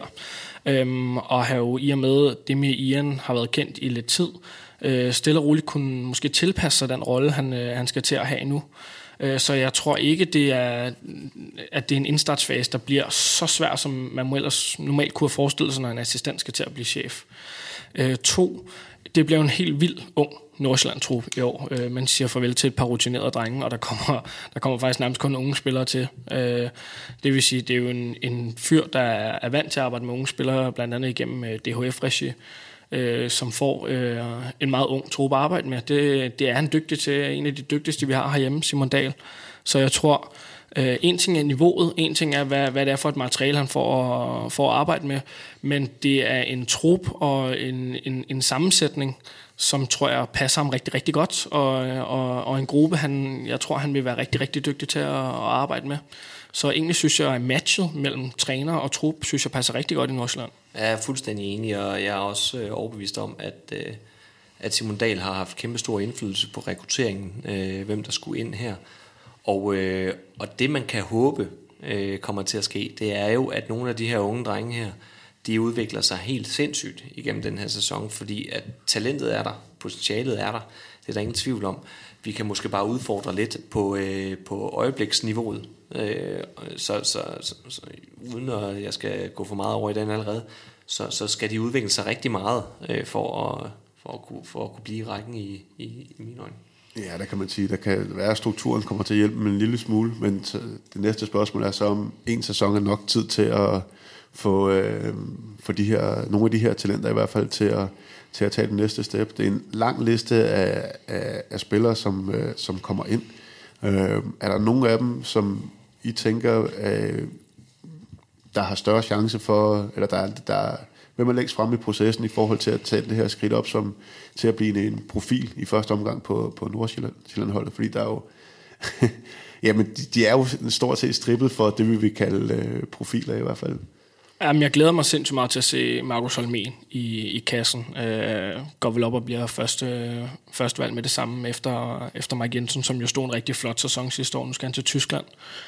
D: Øhm, og har jo i og med det med Ian har været kendt i lidt tid, øh, stille og roligt kunne måske tilpasse sig den rolle, han, øh, han skal til at have nu. Øh, så jeg tror ikke, det er, at det er en indstartsfase, der bliver så svær, som man må ellers normalt kunne have forestillet sig, når en assistent skal til at blive chef. Øh, to, det bliver en helt vild ung Nordsjælland-trup i år. Øh, man siger farvel til et par rutinerede drenge, og der kommer, der kommer faktisk nærmest kun unge spillere til. Øh, det vil sige, det er jo en, en fyr, der er vant til at arbejde med unge spillere, blandt andet igennem D H F-regi, øh, som får øh, en meget ung trup at arbejde med. Det, det er han dygtig til, en af de dygtigste, vi har herhjemme, Simon Dahl. Så jeg tror, øh, en ting er niveauet, en ting er, hvad, hvad det er for et materiale, han får, får at arbejde med, men det er en trup og en, en, en sammensætning, som tror jeg passer ham rigtig, rigtig godt, og, og, og en gruppe, han, jeg tror, han vil være rigtig, rigtig dygtig til at, at arbejde med. Så egentlig synes jeg, at matchet mellem træner og trup, synes jeg passer rigtig godt i Nordsjælland.
C: Jeg er fuldstændig enig, og jeg er også overbevist om, at, at Simon Dahl har haft kæmpe stor indflydelse på rekrutteringen, hvem der skulle ind her. Og, og det, man kan håbe kommer til at ske, det er jo, at nogle af de her unge drenge her, de udvikler sig helt sindssygt igennem den her sæson, fordi at talentet er der, potentialet er der, det er der ingen tvivl om. Vi kan måske bare udfordre lidt på, øh, på øjebliksniveauet, øh, så, så, så, så uden at jeg skal gå for meget over i den allerede, så, så skal de udvikle sig rigtig meget øh, for, at, for, at kunne, for at kunne blive i rækken i, i, i mine øjne.
B: Ja, der kan man sige, der kan være, at strukturen kommer til at hjælpe med en lille smule, men det næste spørgsmål er så, om en sæson er nok tid til at få, øh, få de her, nogle af de her talenter i hvert fald til at, til at tage den næste step. Det er en lang liste af, af, af spillere, som, øh, som kommer ind. Øh, er der nogle af dem, som I tænker, øh, der har større chance for, eller der, der hvem er længst fremme i processen i forhold til at tage det her skridt op som, til at blive en profil i første omgang på, på Nordsjælland-holdet? Fordi der er jo jamen, de, de er jo stort set strippet for det, vi vil kalde øh, profiler i hvert fald.
D: Jamen, jeg glæder mig sindssygt meget til at se Marcus Holmén i, i kassen. Øh, går vel op og bliver første, første valg med det samme efter, efter Mike Jensen, som jo stod en rigtig flot sæson sidste år. Nu skal han til Tyskland.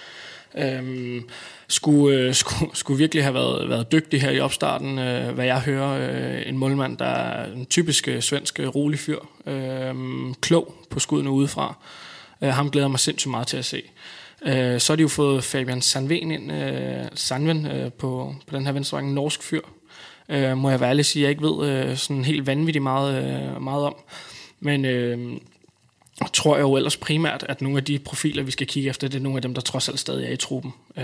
D: Øhm, skulle, øh, skulle, skulle virkelig have været, været dygtig her i opstarten, øh, hvad jeg hører, øh, en målmand, der er en typisk øh, svensk øh, rolig fyr, øh, klog på skuddene udefra. øh, ham glæder mig sindssygt meget til at se. øh, så har de jo fået Fabian Sandven ind, øh, Sandven, øh, på, på den her venstre en norsk fyr, øh, må jeg være ærlig at sige, jeg ikke ved øh, sådan helt vanvittigt meget, øh, meget om, men øh, tror jeg jo ellers primært, at nogle af de profiler, vi skal kigge efter, det er nogle af dem, der trods alt stadig er i truppen. Øh,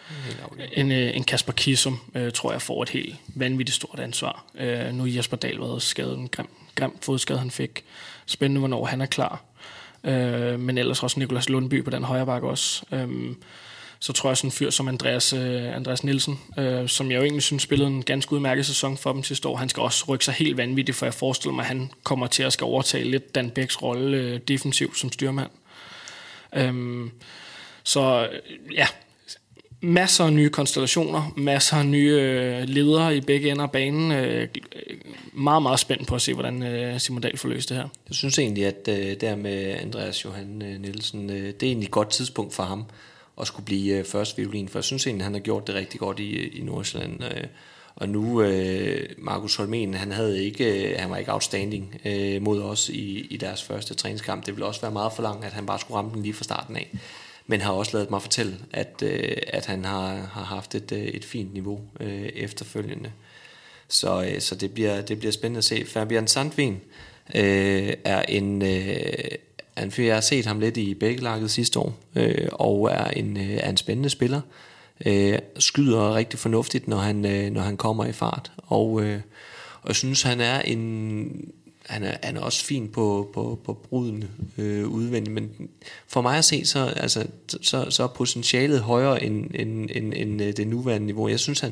D: en, en Kasper Kisum, øh, tror jeg, får et helt vanvittigt stort ansvar. Øh, nu er Jesper Dahl været skadet, en grim, grim fodskade, han fik. Spændende, hvornår han er klar. Øh, men ellers også Nicolas Lundby på den højre bakke også. Øh, så tror jeg sådan en fyr som Andreas, øh, Andreas Nielsen, øh, som jeg jo egentlig synes spillede en ganske udmærket sæson for dem sidste år. Han skal også rykke sig helt vanvittigt, for jeg forestiller mig, at han kommer til at skal overtage lidt Dan Bæks rolle øh, defensivt som styrmand. Øh, så ja, masser af nye konstellationer, masser af nye øh, ledere i begge ender af banen. Øh, meget, meget spændt på at se, hvordan øh, Simon Dahl får løst det her.
C: Jeg synes egentlig, at øh, der med Andreas Johan øh, Nielsen, øh, det er egentlig et godt tidspunkt for ham at skulle blive øh, første violin, for jeg synes egentlig, han har gjort det rigtig godt i, i Nordsjælland. Øh, og nu, øh, Marcus Holmén, han, havde ikke, øh, han var ikke outstanding øh, mod os i, i deres første træningskamp. Det ville også være meget for langt, at han bare skulle ramme den lige fra starten af. Men har også ladet mig fortælle, at, øh, at han har, har haft et, øh, et fint niveau øh, efterfølgende. Så, øh, så det, bliver, det bliver spændende at se. Fabian Sandven øh, er en... Øh, en fyr, jeg har set ham lidt i bækkelaget sidste år, øh, og er en, øh, er en spændende spiller. Øh, skyder rigtig fornuftigt, når han, øh, når han kommer i fart. Og, øh, og jeg synes, han er en... Han er, han er også fin på, på, på brudene øh, udvendigt, men for mig at se, så, altså, så, så er potentialet højere end, end, end, end det nuværende niveau. Jeg synes, han,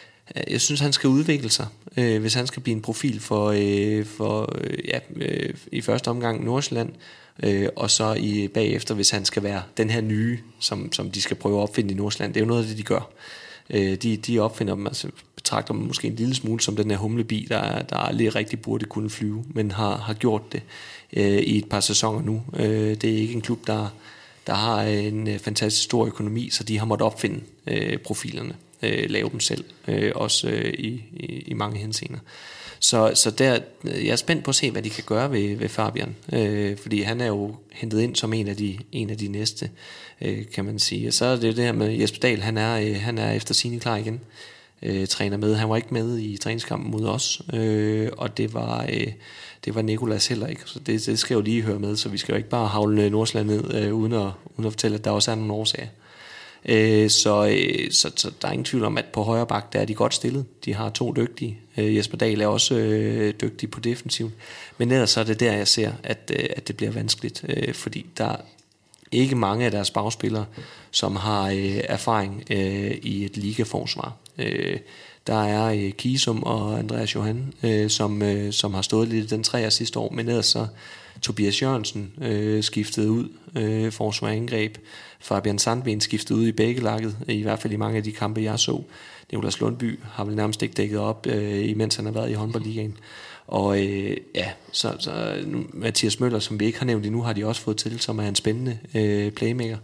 C: jeg synes, han skal udvikle sig, øh, hvis han skal blive en profil for, øh, for øh, ja, øh, i første omgang Nordsjælland, øh, og så i bagefter, hvis han skal være den her nye, som, som de skal prøve at opfinde i Nordsjælland. Det er jo noget af det, de gør. Øh, de, de opfinder dem, altså betragter dem måske en lille smule som den her humlebi, der, der aldrig rigtig burde kunne flyve, men har, har gjort det øh, i et par sæsoner nu. Øh, det er ikke en klub, der, der har en øh, fantastisk stor økonomi, så de har måttet opfinde øh, profilerne, øh, lave dem selv, øh, også øh, i, i, i mange henseender. Så, så der, jeg er spændt på at se, hvad de kan gøre ved, ved Fabian, øh, fordi han er jo hentet ind som en af de, en af de næste, øh, kan man sige. Og så er det det her med Jesper Dahl, han er, øh, han er efter sigende klar igen, øh, træner med. Han var ikke med i træningskampen mod os, øh, og det var, øh, det var Nicolas heller ikke, så det, det skal jo lige høre med, så vi skal jo ikke bare havle Nordsjælland ned, øh, uden, at, uden at fortælle, at der også er nogle årsager. Øh, så, øh, så, så der er ingen tvivl om, at på højre bak, der er de godt stillet. De har to dygtige. øh, Jesper Dahl er også øh, dygtig på defensiven. Men ellers så er det der, jeg ser, at, øh, at det bliver vanskeligt, øh, fordi der er ikke mange af deres bagspillere, som har øh, erfaring øh, i et ligaforsvar. øh, Der er øh, Kisum og Andreas Johan, øh, som, øh, som har stået lidt i den træer sidste år, men ellers så Tobias Jørgensen øh, skiftede ud, øh, forsvar angreb. Fabian Sandven skiftede ud i bækkelaget, i hvert fald i mange af de kampe, jeg så. Nicolas Lundby har vel nærmest ikke dækket op, øh, imens han har været i håndboldligaen. Og øh, ja, så, så nu, Mathias Møller, som vi ikke har nævnt endnu, har de også fået til, som er en spændende øh, playmaker.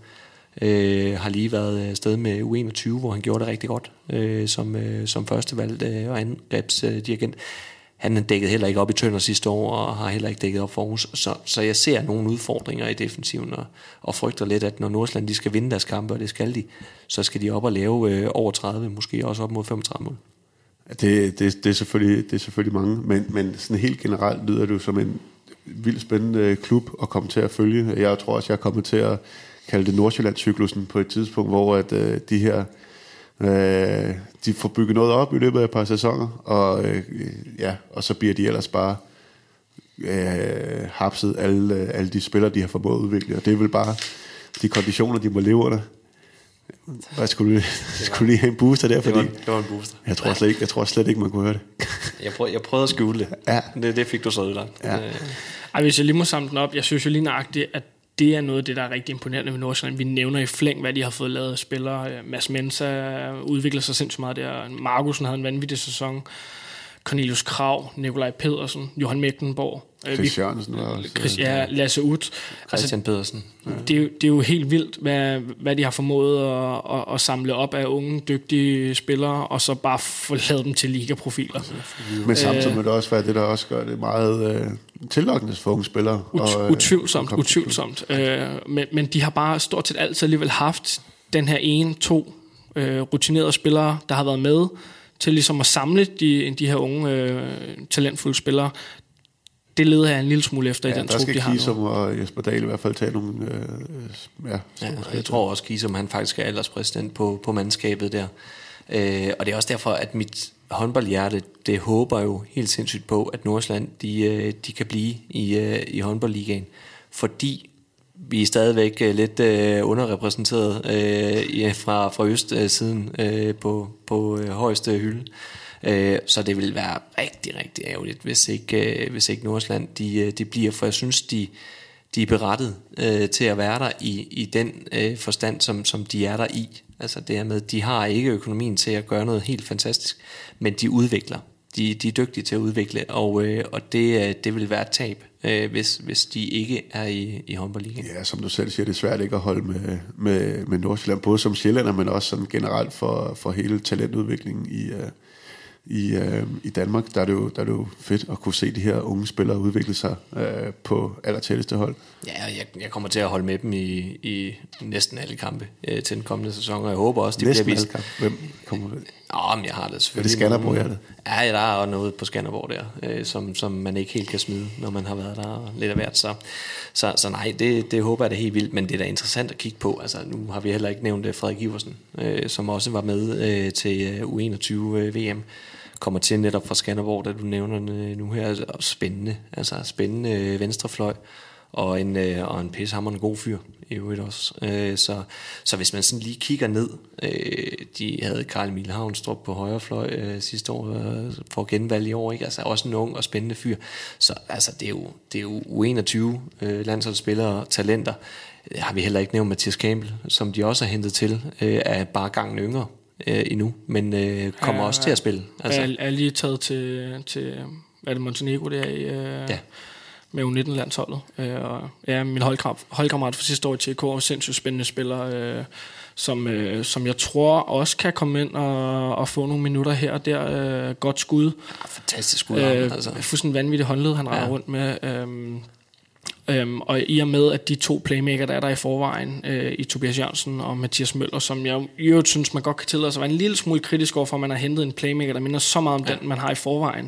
C: Øh, har lige været afsted med U enogtyve, hvor han gjorde det rigtig godt, øh, som, øh, som førstevalgt øh, og angrebsdirigent. Han dækkede heller ikke op i Tønder sidste år, og har heller ikke dækket op for Aarhus. Så, så jeg ser nogle udfordringer i defensiven, og, og frygter lidt, at når Nordsjælland de skal vinde deres kampe, og det skal de, så skal de op og lave øh, over tredive, måske også op mod femogtredive mål.
B: Det, det, det, er selvfølgelig, det er selvfølgelig mange, men, men sådan helt generelt lyder det jo som en vildt spændende klub at komme til at følge. Jeg tror også, jeg er kommet til at kalde det Nordsjælland-cyklusen på et tidspunkt, hvor at, øh, de her øh, de får bygget noget op i løbet af et par sæsoner, og, øh, ja, og så bliver de ellers bare øh, hapset alle, alle de spillere, de har formået at udvikle, og det er vel bare de konditioner, de må leve under. Hvad skulle du skulle lige have en booster der?
C: Det
B: fordi
C: var, det var en booster.
B: Jeg tror slet ikke, jeg tror slet ikke man kunne høre det.
C: Jeg prøvede, jeg prøvede at skjule det.
B: Ja.
C: det. Det fik du så ødelagt.
B: Ja.
D: Ej, hvis jeg lige må samle den op, jeg synes jo lige nøjagtigt, at det er noget af det, der er rigtig imponerende ved Nordsjælland. Vi nævner i flæng, hvad de har fået lavet af spillere. Mads Mensa udvikler sig sindssygt meget der. Markusen havde en vanvittig sæson. Cornelius Krav, Nikolaj Pedersen, Johan Mægtenborg.
B: Chris Jørgensen var også.
D: Chris, ja, Lasse Ut.
C: Christian altså, Pedersen.
D: Ja. Det, er jo, det er jo helt vildt, hvad, hvad de har formået at, at, at samle op af unge, dygtige spillere, og så bare få lavet dem til ligaprofiler.
B: Men samtidig må det også være det, der også gør det meget øh, tillokkende for unge spillere.
D: Ut,
B: og,
D: utvivlsomt, utvivlsomt. Øh, men, men de har bare stort set altid alligevel haft den her ene, to øh, rutinerede spillere, der har været med til ligesom at samle de, de her unge, øh, talentfulde spillere. Det leder jeg en lille smule efter ja, i den trup, de har nu.
B: Der skal Kisum og Jesper Dahl i hvert fald tage nogle... Øh, ja,
C: ja, jeg tror også, Kisum han faktisk er alderspræsident på, på mandskabet der. Øh, og det er også derfor, at mit håndboldhjerte, det håber jo helt sindssygt på, at Nordsjælland, de, de kan blive i, i håndboldligaen. Fordi vi er stadigvæk lidt øh, underrepræsenteret øh, fra, fra østsiden øh, på, på øh, højeste hylde. Øh, så det vil være rigtig, rigtig ærgerligt, hvis ikke, øh, hvis ikke Nordsjælland de, de bliver, for jeg synes, de, de er berettet øh, til at være der i, i den øh, forstand, som, som de er der i. Altså det her med, de har ikke økonomien til at gøre noget helt fantastisk, men de udvikler. De, de er dygtige til at udvikle, og, øh, og det, det vil være et tab, øh, hvis, hvis de ikke er i, i håndboldligaen.
B: Ja, som du selv siger, det er svært ikke at holde med, med, med Nordsjælland, både som sjællander, men også sådan generelt for, for hele talentudviklingen i, uh, i, uh, i Danmark. Der er, det jo, der er det jo fedt at kunne se de her unge spillere udvikle sig uh, på allertætteste hold.
C: Ja, jeg, jeg kommer til at holde med dem i, i næsten alle kampe uh, til den kommende sæson, og jeg håber også, de
B: næsten
C: bliver vist.
B: Hvem kommer det?
C: Åh, men jeg har det selvfølgelig.
B: Er det Skanderborg, jeg det?
C: Ja, der er noget på Skanderborg der, øh, som, som man ikke helt kan smide, når man har været der lidt af hvert. Så, så, så nej, det, det håber jeg da helt vildt, men det er da interessant at kigge på. Altså, nu har vi heller ikke nævnt Frederik Iversen, øh, som også var med øh, til U enogtyve øh, V M. Kommer til netop fra Skanderborg, da du nævner den nu her. Altså, spændende, altså spændende øh, venstrefløj. Og en, øh, og en pissehammerende god fyr i øvrigt også. Øh, så, så hvis man sådan lige kigger ned, øh, de havde Karl Emil Havnstrup på højre fløj øh, sidste år, øh, for genvalg i år, ikke? Altså også en ung og spændende fyr. Så altså, det er jo, det er jo U enogtyve øh, landsholdsspillere, talenter. Har vi heller ikke nævnt Mathias Campbell, som de også har hentet til, øh, er bare gangen yngre øh, endnu, men øh, kommer ja, også til at spille. Altså.
D: Er, er lige taget til, til er det Montenegro der i... Øh, ja. Med U nitten-landsholdet. Øh, og ja, min holdkammerat fra sidste år i T K er sindssygt spændende spiller, øh, som, øh, som jeg tror også kan komme ind og, og få nogle minutter her og der. Øh, godt skud.
C: Ja, fantastisk skud.
D: Øh,
C: altså.
D: Fuldstændig vanvittigt håndled, han rejer ja. rundt med. Øhm, øhm, og i og med, at de to playmaker, der er der i forvejen, øh, i Tobias Jørgensen og Mathias Møller, som jeg jo synes, man godt kan tillade sig at være en lille smule kritisk over, for at man har hentet en playmaker, der minder så meget om ja. den, man har i forvejen.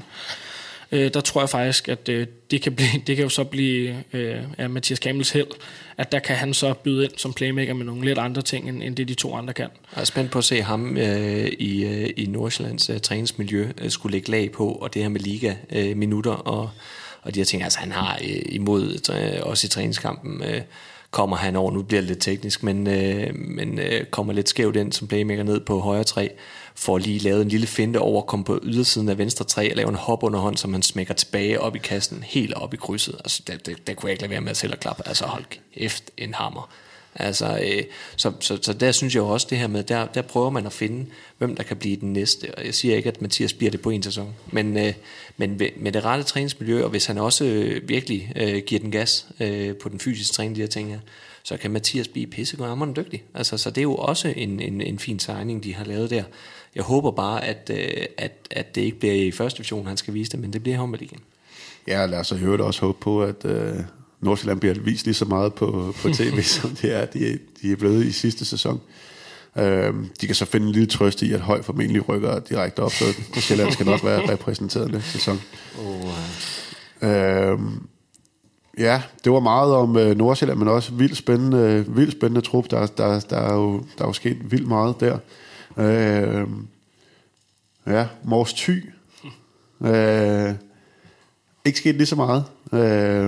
D: Øh, der tror jeg faktisk, at øh, det, kan blive, det kan jo så blive øh, ja, Mathias Campbells held, at der kan han så byde ind som playmaker med nogle lidt andre ting, end, end det de to andre kan.
C: Jeg er spændt på at se ham øh, i, øh, i Nordsjællands øh, træningsmiljø øh, skulle lægge lag på, og det her med liga-minutter øh, og, og de her ting, altså han har øh, imod, øh, også i træningskampen, øh, kommer han over, nu bliver det lidt teknisk, men, øh, men øh, kommer lidt skævt ind som playmaker ned på højre træ, får lige lavet en lille finte over at komme på ydersiden af venstre træ og lave en hop under hånd, som han smækker tilbage op i kassen, helt op i krydset. Altså, der, der, der kunne jeg ikke lade være med at selv at klappe. Altså, hold kæft, en hammer. Altså, øh, så, så, så der synes jeg jo også det her med, der, der prøver man at finde, hvem der kan blive den næste. Og jeg siger ikke, at Mathias bliver det på en sæson, men, øh, men med det rette træningsmiljø, og hvis han også øh, virkelig øh, giver den gas øh, på den fysiske træning, de her ting her, så kan Mathias blive pissegod og dygtig. Altså, så det er jo også en, en, en fin signing, de har lavet der. Jeg håber bare, at, at, at det ikke bliver i første division, han skal vise det, men det bliver i håndboldligaen.
B: Ja, lad os i øvrigt også håbe på, at uh, Nordsjælland bliver vist lige så meget på, på tv, som det er, de, de er blevet i sidste sæson. Øh, de kan så finde en lille trøst i, at Høj formentlig rykker direkte op, så Sjælland skal nok være repræsenteret næste sæson. Oh. Øh, ja, det var meget om øh, Nordsjælland, men også vildt spændende, øh, vildt spændende trup. Der, der, der, er jo, der er jo sket vildt meget der. Øh, ja, Mors Thy. Øh, ikke sket lige så meget. Øh,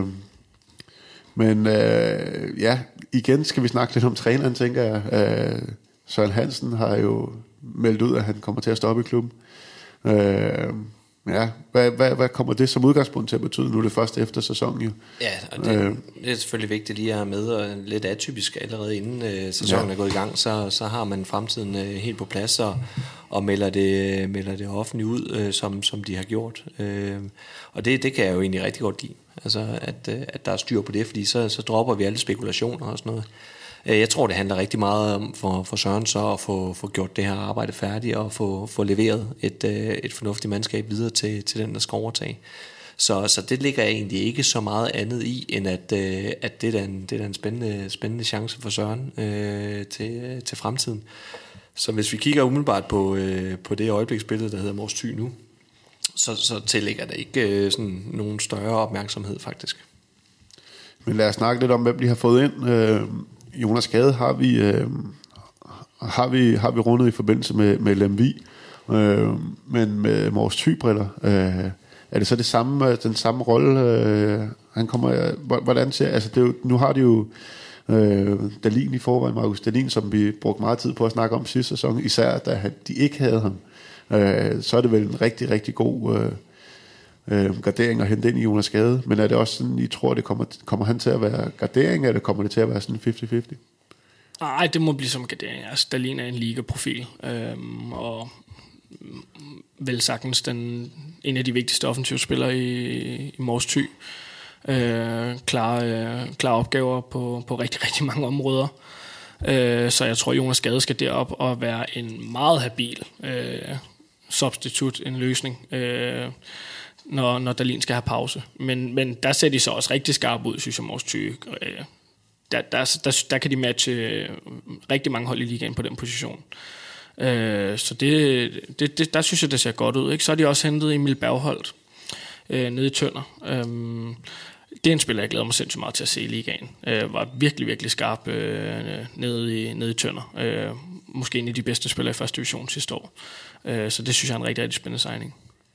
B: men øh, ja, igen skal vi snakke lidt om træneren, tænker jeg. Øh, Søren Hansen har jo meldt ud, at han kommer til at stoppe i klubben. Øh, ja, hvad, hvad, hvad kommer det som udgangspunkt til at betyde nu, det første efter sæsonen jo?
C: Ja, og det, øh, det er selvfølgelig vigtigt lige at have med, og lidt atypisk allerede inden øh, sæsonen ja. er gået i gang, så, så har man fremtiden øh, helt på plads, og, og melder, det, melder det offentligt ud, øh, som, som de har gjort. Øh, og det, det kan jeg jo egentlig rigtig godt lide, altså at, øh, at der er styr på det, fordi så, så dropper vi alle spekulationer og sådan noget. Jeg tror, det handler rigtig meget om for, for Søren så at få, få gjort det her arbejde færdigt og få, få leveret et, et fornuftigt mandskab videre til, til den, der skal overtage. Så, så det ligger egentlig ikke så meget andet i, end at, at det er en, det er en spændende, spændende chance for Søren øh, til, til fremtiden. Så hvis vi kigger umiddelbart på, øh, på det øjebliksbillede, der hedder Mors Thy nu, så, så tillægger det ikke øh, sådan nogen større opmærksomhed faktisk.
B: Men lad os snakke lidt om, hvem de har fået ind. Øh Jonas Gade har vi, øh, har vi, har vi rundet i forbindelse med, med Lemvig, øh, men med Mors Thy-briller. Øh, er det så det samme, den samme rolle, øh, han kommer, hvordan ser, altså det er jo, nu har de jo øh, Dahlin i forvejen, Markus Dahlin, som vi brugte meget tid på at snakke om sidste sæson, især da de ikke havde ham. Øh, så er det vel en rigtig, rigtig god øh, øh, gardering at hente ind i Jonas Gade, men er det også sådan, I tror, det kommer, kommer han til at være gardering, eller kommer det til at være sådan halvtreds halvtreds?
D: Nej, det må blive som gardering. Altså, Dahlin er en ligaprofil, øhm, og vel sagtens den, en af de vigtigste offensive spillere i, i Mors Thy. Øh, klare, øh, klare opgaver på, på rigtig, rigtig mange områder. Øh, så jeg tror, Jonas Gade skal derop og være en meget habil øh, substitut, en løsning, øh, når, når Dahlin skal have pause. Men, men der ser de så også rigtig skarpe ud, synes jeg, Mors Thy. Øh, der, der, der, der kan de matche rigtig mange hold i ligaen på den position. Øh, så det, det, det, der synes jeg, det ser godt ud. Ikke? Så har de også hentet Emil Bergholt øh, nede i Tønder. Øh, det er en spiller, jeg glæder mig sindssygt meget til at se i ligaen. Øh, var virkelig, virkelig skarp øh, nede, i, nede i Tønder. Øh, måske en af de bedste spillere i første division sidste år. Øh, så det synes jeg er en rigtig, rigtig spændende signing.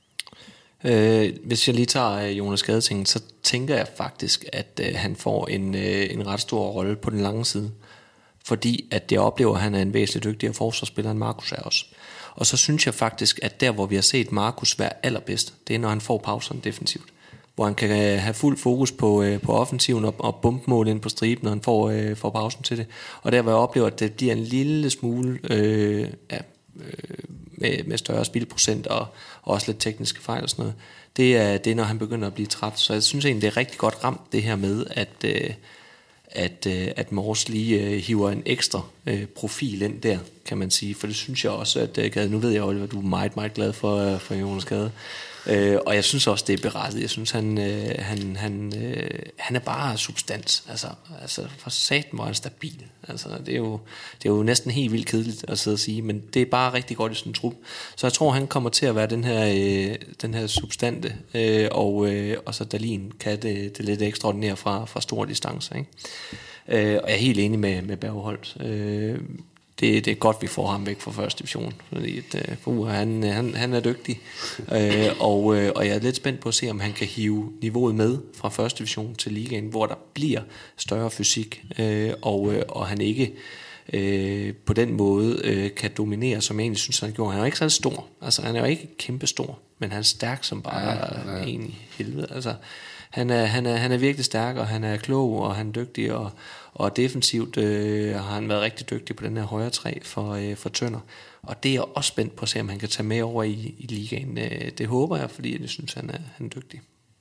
C: Øh, hvis jeg lige tager Jonas Gade-tingen, så tænker jeg faktisk, at øh, han får en, øh, en ret stor rolle på den lange side. Fordi at jeg oplever, at han er en væsentligt dygtigere forsvarsspiller end Markus er også. Og så synes jeg faktisk, at der hvor vi har set Markus være allerbedst, det er når han får pauserne defensivt. Hvor han kan have fuld fokus på, øh, på offensiven og, og bumpmål ind på striben, når han får, øh, får pausen til det. Og der hvor jeg oplever, at det bliver en lille smule øh, ja, øh, med, med større spildprocent og, og også lidt tekniske fejl og sådan noget, det er, det er når han begynder at blive træt. Så jeg synes egentlig, det er rigtig godt ramt det her med, at øh, at, at Mors lige øh, hiver en ekstra øh, profil ind der, kan man sige. For det synes jeg også, at øh, Gade, nu ved jeg, Oliver, du er meget, meget glad for, øh, for Jonas Gade. Øh, og jeg synes også, det er berettet. Jeg synes, han, øh, han, han, øh, han er bare substans. Altså, altså for satan, hvor er han stabil. Altså, det, er jo, det er jo næsten helt vildt kedeligt at sidde og sige, men det er bare rigtig godt i sådan en trup. Så jeg tror, han kommer til at være den her, øh, den her substante, øh, og, øh, og så Dahlin kan det, det lidt ekstraordinære fra, fra store distancer. Ikke? Øh, og jeg er helt enig med, med Bergholt. Øh, Det, det er godt, vi får ham væk fra første division, fordi at, uh, han, han, han er dygtig, uh, og, uh, og jeg er lidt spændt på at se, om han kan hive niveauet med fra første division til ligaen, hvor der bliver større fysik, uh, og, uh, og han ikke uh, på den måde uh, kan dominere, som jeg egentlig synes, han gjorde. Han er jo ikke så stor, altså han er jo ikke kæmpe stor, men han er stærk som bare ja, ja. en i helvede, altså han er, han, er, han er virkelig stærk, og han er klog, og han er dygtig, og Og defensivt øh, har han været rigtig dygtig på den her højre træ for, øh, for Tønder. Og det er jeg også spændt på at se, om han kan tage med over i, i ligaen. Øh, det håber jeg, fordi jeg synes, han er, han er dygtig.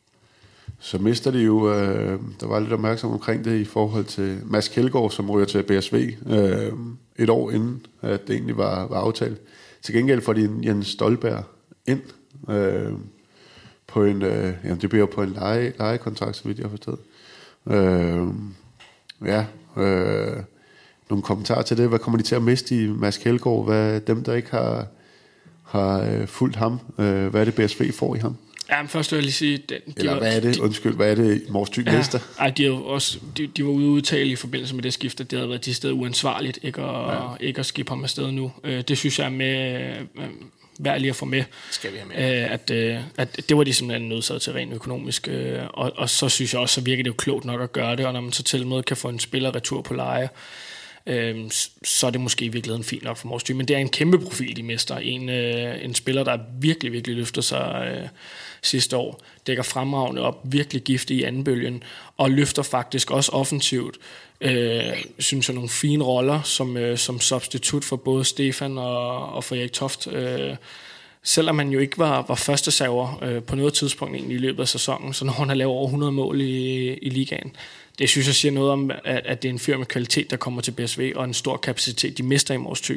B: Så mister de jo, øh, der var lidt opmærksom omkring det i forhold til Mads Kjeldgaard, som ryger til B S V øh, et år inden, at det egentlig var, var aftalt. Til gengæld får de Jens Stolberg ind øh, på en, øh, jamen det bliver på en leje, lejekontrakt, så vidt jeg har forstået. Øh, Ja, øh, nogle kommentarer til det. Hvad kommer de til at miste i Mads Kjeldgaard? Hvad dem, der ikke har, har øh, fulgt ham? Øh, hvad er det, B S V får i ham?
D: Ja, men først vil jeg lige sige... De
B: Eller
D: var,
B: hvad er det?
D: de,
B: Undskyld, hvad er det, Mors Thy
D: ja,
B: mister?
D: Ej, de, også, de, de var ude udtale i forbindelse med det skift, at det havde været de steder uansvarligt ikke at, ja. ikke at skibe ham afsted nu. Det synes jeg er med... værd lige at få med,
C: Skal vi have
D: med. At, at det var de simpelthen nødsaget til rent økonomisk, og, og så synes jeg også, så virker det jo klogt nok at gøre det, og når man så til med kan få en spiller retur på leje, øh, så er det måske i virkeligheden fint nok for Mors Thy, men det er en kæmpe profil, de mister. En, øh, en spiller, der virkelig, virkelig løfter sig øh, sidste år, dækker fremragende op, virkelig giftig i anden bølgen, og løfter faktisk også offensivt, øh, synes jeg, nogle fine roller som, øh, som substitut for både Stefan og, og for Erik Toft. Øh, selvom han jo ikke var, var første server øh, på noget tidspunkt egentlig i løbet af sæsonen, så når han har lavet over hundrede mål i, i ligaen, det synes jeg siger noget om, at, at det er en fyr med kvalitet, der kommer til B S V, og en stor kapacitet, de mister i Mors Thy.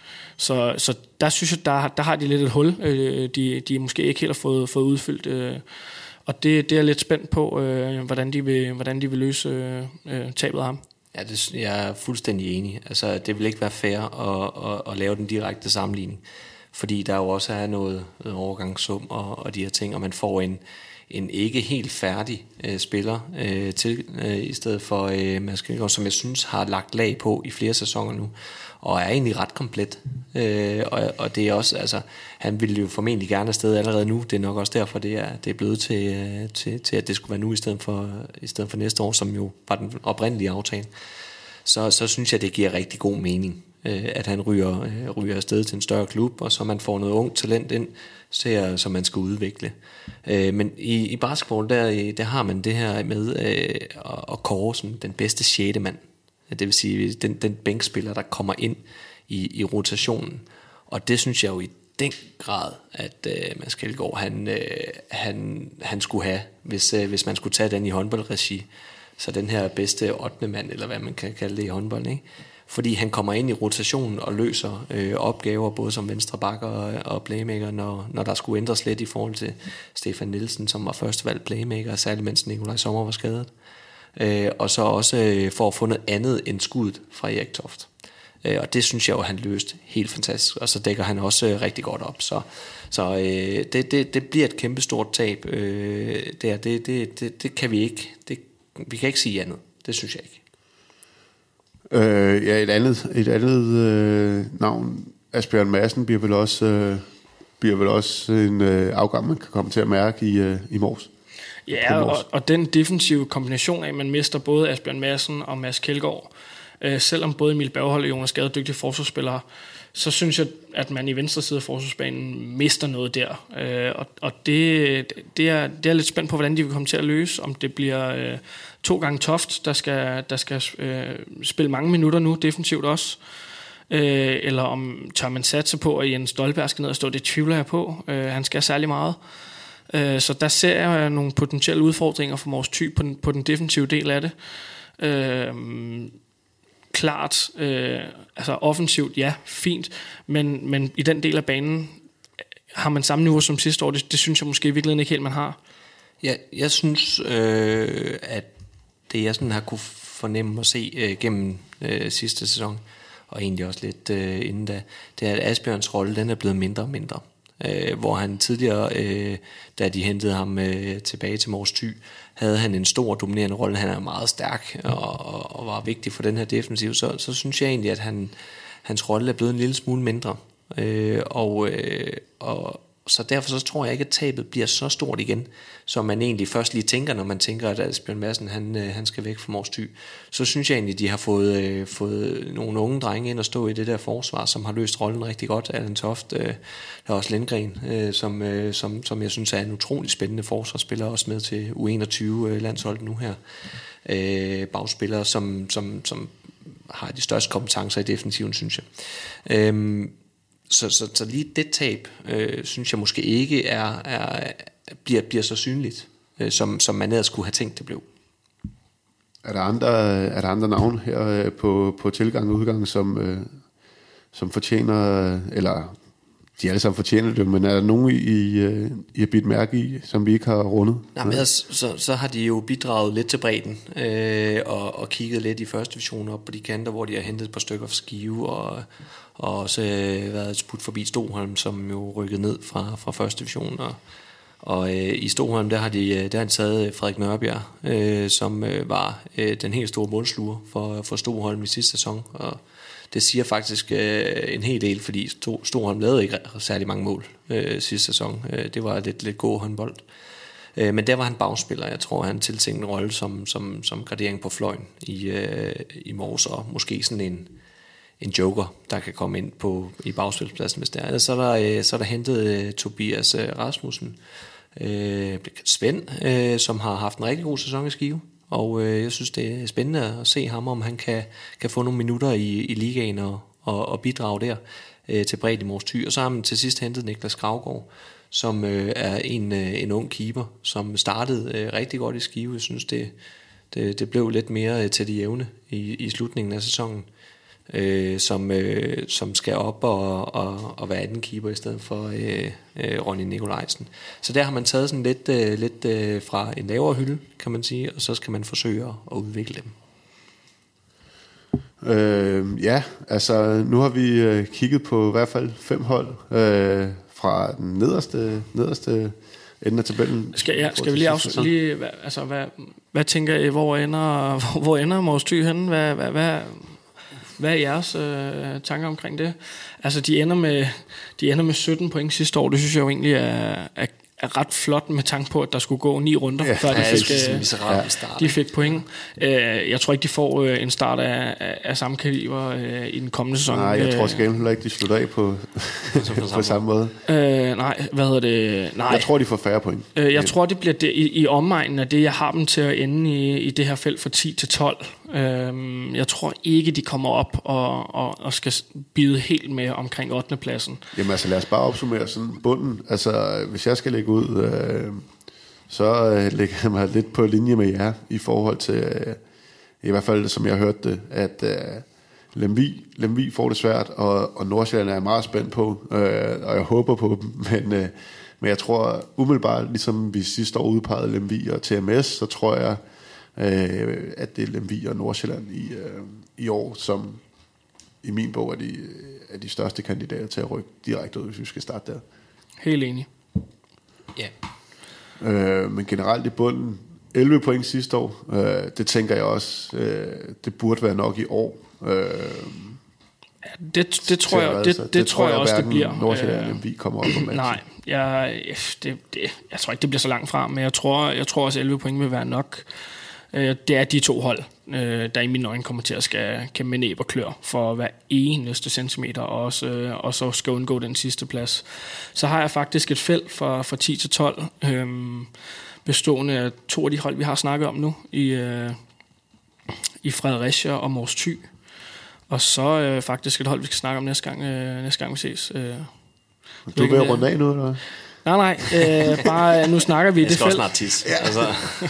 D: Så, så der synes jeg, der, der har de lidt et hul, øh, de, de måske ikke helt har fået, fået udfyldt, øh, og det, det er jeg lidt spændt på, øh, hvordan, de vil, hvordan de vil løse øh, tabet af ham.
C: Ja, det, jeg er fuldstændig enig. Altså, det vil ikke være fair at, at, at lave den direkte sammenligning, fordi der jo også er noget overgangssum og, og de her ting, og man får en, en ikke helt færdig øh, spiller øh, til, øh, i stedet for øh, Mads Kjeldgaard, som jeg synes har lagt lag på i flere sæsoner nu, og er egentlig ret komplet. Øh, og, og det er også, altså, han ville jo formentlig gerne afsted allerede nu. Det er nok også derfor, det er, det er blevet til, til, til, at det skulle være nu i stedet for, i stedet for næste år, som jo var den oprindelige aftale. Så, så synes jeg, det giver rigtig god mening, øh, at han ryger, øh, ryger afsted til en større klub, og så man får noget ungt talent ind, ser, som man skal udvikle. Øh, men i, i basketball, der, der har man det her med øh, at kåre som den bedste sjette mand. Det vil sige, den, den bænkspiller, der kommer ind i, i rotationen. Og det synes jeg jo i den grad, at øh, Mads Kjeldgaard, han, øh, han, han skulle have, hvis, øh, hvis man skulle tage den i håndboldregi. Så den her bedste ottende mand, eller hvad man kan kalde det i håndbold, ikke? Fordi han kommer ind i rotationen og løser øh, opgaver, både som venstre backer og, og playmaker, når, når der skulle ændres lidt i forhold til Stefan Nielsen, som var førstevalgt playmaker, særligt mens Nikolaj Sommer var skadet. Øh, og så også øh, for at få noget andet end skuddet fra Erik Toft. Øh, og det synes jeg jo, han løste helt fantastisk, og så dækker han også øh, rigtig godt op. Så, så øh, det, det, det bliver et kæmpe stort tab. Øh, der. Det, det, det, det kan vi ikke. Det, vi kan ikke sige andet. Det synes jeg ikke.
B: Øh, ja, et andet, et andet øh, navn, Asbjørn Madsen, bliver vel også, øh, bliver vel også en øh, afgang, man kan komme til at mærke i, øh, i Mors.
D: Ja, og, og den defensive kombination af, at man mister både Asbjørn Madsen og Mads Kjeldgaard, øh, selvom både Emil Berghold og Jonas Gade er dygtige forsvarsspillere, så synes jeg, at man i venstre side af forsvarsbanen mister noget der. Øh, og og det, det, er, det er lidt spændt på, hvordan de vil komme til at løse, om det bliver øh, to gange Toft, der skal, der skal øh, spille mange minutter nu, defensivt også, øh, eller om tør man satse på, at Jens Stolberg skal ned og stå, det tvivler jeg på. Øh, han skal særlig meget. Så der ser jeg nogle potentielle udfordringer for Mors Thy på den, på den defensive del af det. Øh, klart, øh, altså offensivt, ja, fint, men, men i den del af banen har man samme niveau som sidste år. Det, det synes jeg måske i virkeligheden ikke helt, man har.
C: Ja, jeg synes, øh, at det jeg sådan har kunne fornemme og se øh, gennem øh, sidste sæson, og egentlig også lidt øh, inden da, det er, at Asbjørns rolle, den er blevet mindre og mindre. Øh, hvor han tidligere, øh, da de hentede ham øh, tilbage til Mors Thy, havde han en stor dominerende rolle. Han er meget stærk og, og, og var vigtig for den her defensiv. Så, så synes jeg egentlig, at han, hans rolle er blevet en lille smule mindre. Øh, og, øh, og så derfor så tror jeg ikke, at tabet bliver så stort igen, som man egentlig først lige tænker, når man tænker, at Asbjørn Madsen han, han skal væk fra Mors Thy. Så synes jeg egentlig, at de har fået, øh, fået nogle unge drenge ind og stå i det der forsvar, som har løst rollen rigtig godt. Allan Toft, øh, der er også Lindgren, øh, som, øh, som, som jeg synes er en utrolig spændende forsvarsspiller, også med til U enogtyve landsholdet nu her. Øh, bagspillere, som, som, som har de største kompetencer i defensiven, synes jeg. Øh, Så, så, så lige det tab, øh, synes jeg måske ikke er, er, bliver, bliver så synligt, øh, som, som man ellers skulle have tænkt, det blev.
B: Er der andre, er der andre navne her øh, på, på tilgang og udgang, som, øh, som fortjener, eller de alle sammen fortjener det, men er der nogen, I, øh, I har bidt mærke i, som vi ikke har rundet?
C: Nej, men ellers, så, så har de jo bidraget lidt til bredden, øh, og, og kigget lidt i første division op på de kanter, hvor de har hentet et par stykker fra Skive, og, og også øh, været spudt forbi Stoholm, som jo rykket ned fra, fra første division. Og, og øh, i Stoholm, der har de, der har de taget Frederik Nørbjerg, øh, som øh, var øh, den helt store bundsluger for, for Stoholm i sidste sæson, og det siger faktisk øh, en hel del, fordi Stoholm lavede ikke særlig mange mål øh, sidste sæson. Øh, det var lidt, lidt god håndbold. Øh, men der var han bagspiller. Jeg tror, han tiltænkte en rolle som, som, som gradering på fløjen i, øh, i Mors, og måske sådan en, en joker, der kan komme ind på, i bagspilspladsen, hvis det er. Så er der, øh, så er der hentet øh, Tobias øh, Rasmussen, øh, Svend, øh, som har haft en rigtig god sæson i Skive. Og øh, jeg synes, det er spændende at se ham, om han kan, kan få nogle minutter i, i ligaen og, og, og bidrage der øh, til bredt i Mors Thy. Og så har man til sidst hentet Niklas Gravgaard, som øh, er en, øh, en ung keeper, som startede øh, rigtig godt i Skive. Jeg synes, det, det, det blev lidt mere øh, til det jævne i, i slutningen af sæsonen, øh, som, øh, som skal op og, og, og være anden keeper i stedet for øh, øh, Ronny Nikolajsen. Så der har man taget sådan lidt, øh, lidt øh, fra en lavere hylde, kan man sige, og så skal man forsøge at udvikle dem.
B: Øh, ja, altså nu har vi øh, kigget på i hvert fald fem hold øh, fra den nederste, nederste ende af tabellen.
D: Skal, ja, skal vi lige afslutte lige, hvad, altså hvad, hvad tænker I, hvor ender, hvor, hvor ender Mors Thy henne? Hvad, hvad, hvad, hvad er jeres øh, tanker omkring det? Altså de ender med, de ender med sytten point sidste år. Det synes jeg jo egentlig er, er er ret flot med tanke på, at der skulle gå ni runder, ja, før de fik,
C: ja,
D: de fik point. Jeg tror ikke, de får en start af, af samme kaliber i den kommende sæson.
B: Nej, jeg tror skæmt heller ikke, de slutter af på, på samme måde.
D: Øh, nej, hvad hedder det? Nej.
B: Jeg tror, de får færre point.
D: Jeg tror, det bliver det, i, i omegnen af det, jeg har dem til at ende i, i det her felt fra ti til tolv. Jeg tror ikke, de kommer op og, og, og skal bide helt med omkring ottende pladsen.
B: Jamen altså, lad os bare opsummere sådan bunden. Altså, hvis jeg skal lægge ud, øh, så øh, lægger jeg mig lidt på linje med jer i forhold til, øh, i hvert fald som jeg hørte det, at øh, Lemvig, Lemvig får det svært, og, og Nordsjælland er jeg meget spændt på, øh, og jeg håber på dem, men, øh, men jeg tror umiddelbart, ligesom vi sidste år udpegede Lemvig og T M S, så tror jeg, øh, at det er Lemvig og Nordsjælland i, øh, i år, som i min bog er de, er de største kandidater til at rykke direkte ud, hvis vi skal starte der.
D: Helt enig.
C: Ja.
B: Øh, men generelt i bunden, elleve point sidste år, øh, det tænker jeg også, øh, det burde være nok i år. Øh,
D: ja, det, det tror jeg, det, det, det tror jeg også, det bliver.
B: Nordsjælland, øh, vi kommer op på
D: nej, jeg, det, det, jeg tror ikke, det bliver så langt fra, men jeg tror, jeg tror også, elleve point vil være nok. Øh, det er de to hold, øh, der i mine øjne kommer til at skal kæmpe med næb og klør for hver eneste centimeter, og også, øh, og så skal undgå den sidste plads. Så har jeg faktisk et felt fra, fra ti til tolv, øh, bestående af to af de hold, vi har snakket om nu, i, øh, i Fredericia og Mors Thy. Og så øh, faktisk et hold, vi skal snakke om næste gang, øh, næste gang vi ses. Øh.
B: Du er ved at runde af nu, eller?
D: Nej, nej, øh, bare nu snakker vi i det felt.
C: Jeg skal også snart tisse. Ja. Altså.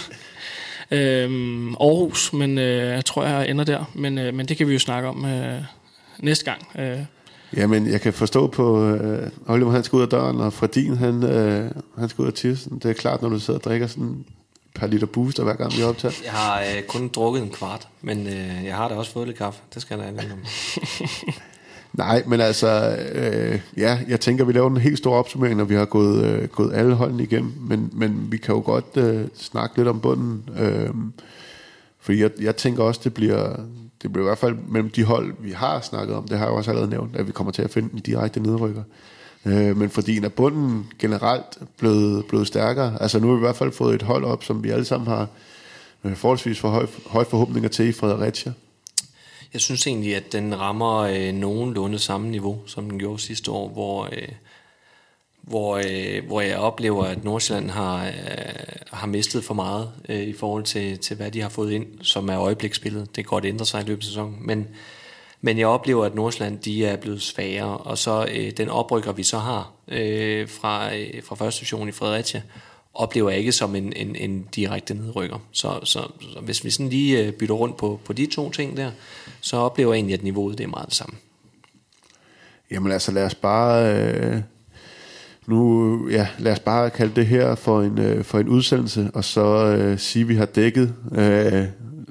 D: Øhm, Aarhus, men øh, jeg tror, jeg ender der. Men, øh, men det kan vi jo snakke om øh, næste gang. Øh.
B: Jamen, jeg kan forstå på øh, Oliver, han skal ud af døren, og Fredin, han, øh, han skal ud af tisse. Det er klart, når du sidder og drikker sådan et par liter booster, hver gang vi optager.
C: Jeg har øh, kun drukket en kvart, men øh, jeg har da også fået lidt kaffe. Det skal jeg da anvende om.
B: Nej, men altså, øh, ja, jeg tænker, vi laver en helt stor opsummering, når vi har gået, øh, gået alle holdene igennem, men, men vi kan jo godt øh, snakke lidt om bunden, øh, fordi jeg, jeg tænker også, det bliver, det bliver i hvert fald mellem de hold, vi har snakket om, det har jeg også allerede nævnt, at vi kommer til at finde en direkte nedrykker. Øh, men fordi er bunden generelt blevet, blevet stærkere, altså nu har vi i hvert fald fået et hold op, som vi alle sammen har øh, forholdsvis for høj, høje forhåbninger til i Fredericia.
C: Jeg synes egentlig, at den rammer øh, nogenlunde samme niveau, som den gjorde sidste år, hvor, øh, hvor, øh, hvor jeg oplever, at Nordsjælland har, øh, har mistet for meget øh, i forhold til, til, hvad de har fået ind, som er øjebliksspillet. Det kan godt ændre sig i løbet af sæsonen, men, men jeg oplever, at Nordsjælland de er blevet svagere, og så øh, den oprykker, vi så har øh, fra, øh, fra første division i Fredericia, oplever jeg ikke som en, en, en direkte nedrykker. Så, så, så hvis vi sådan lige bytter rundt på, på de to ting der, så oplever jeg egentlig, at niveauet det er meget det samme.
B: Jamen altså, lad os bare øh, nu, ja, lad os bare kalde det her for en, øh, for en udsendelse, og så øh, sige, at vi har dækket øh,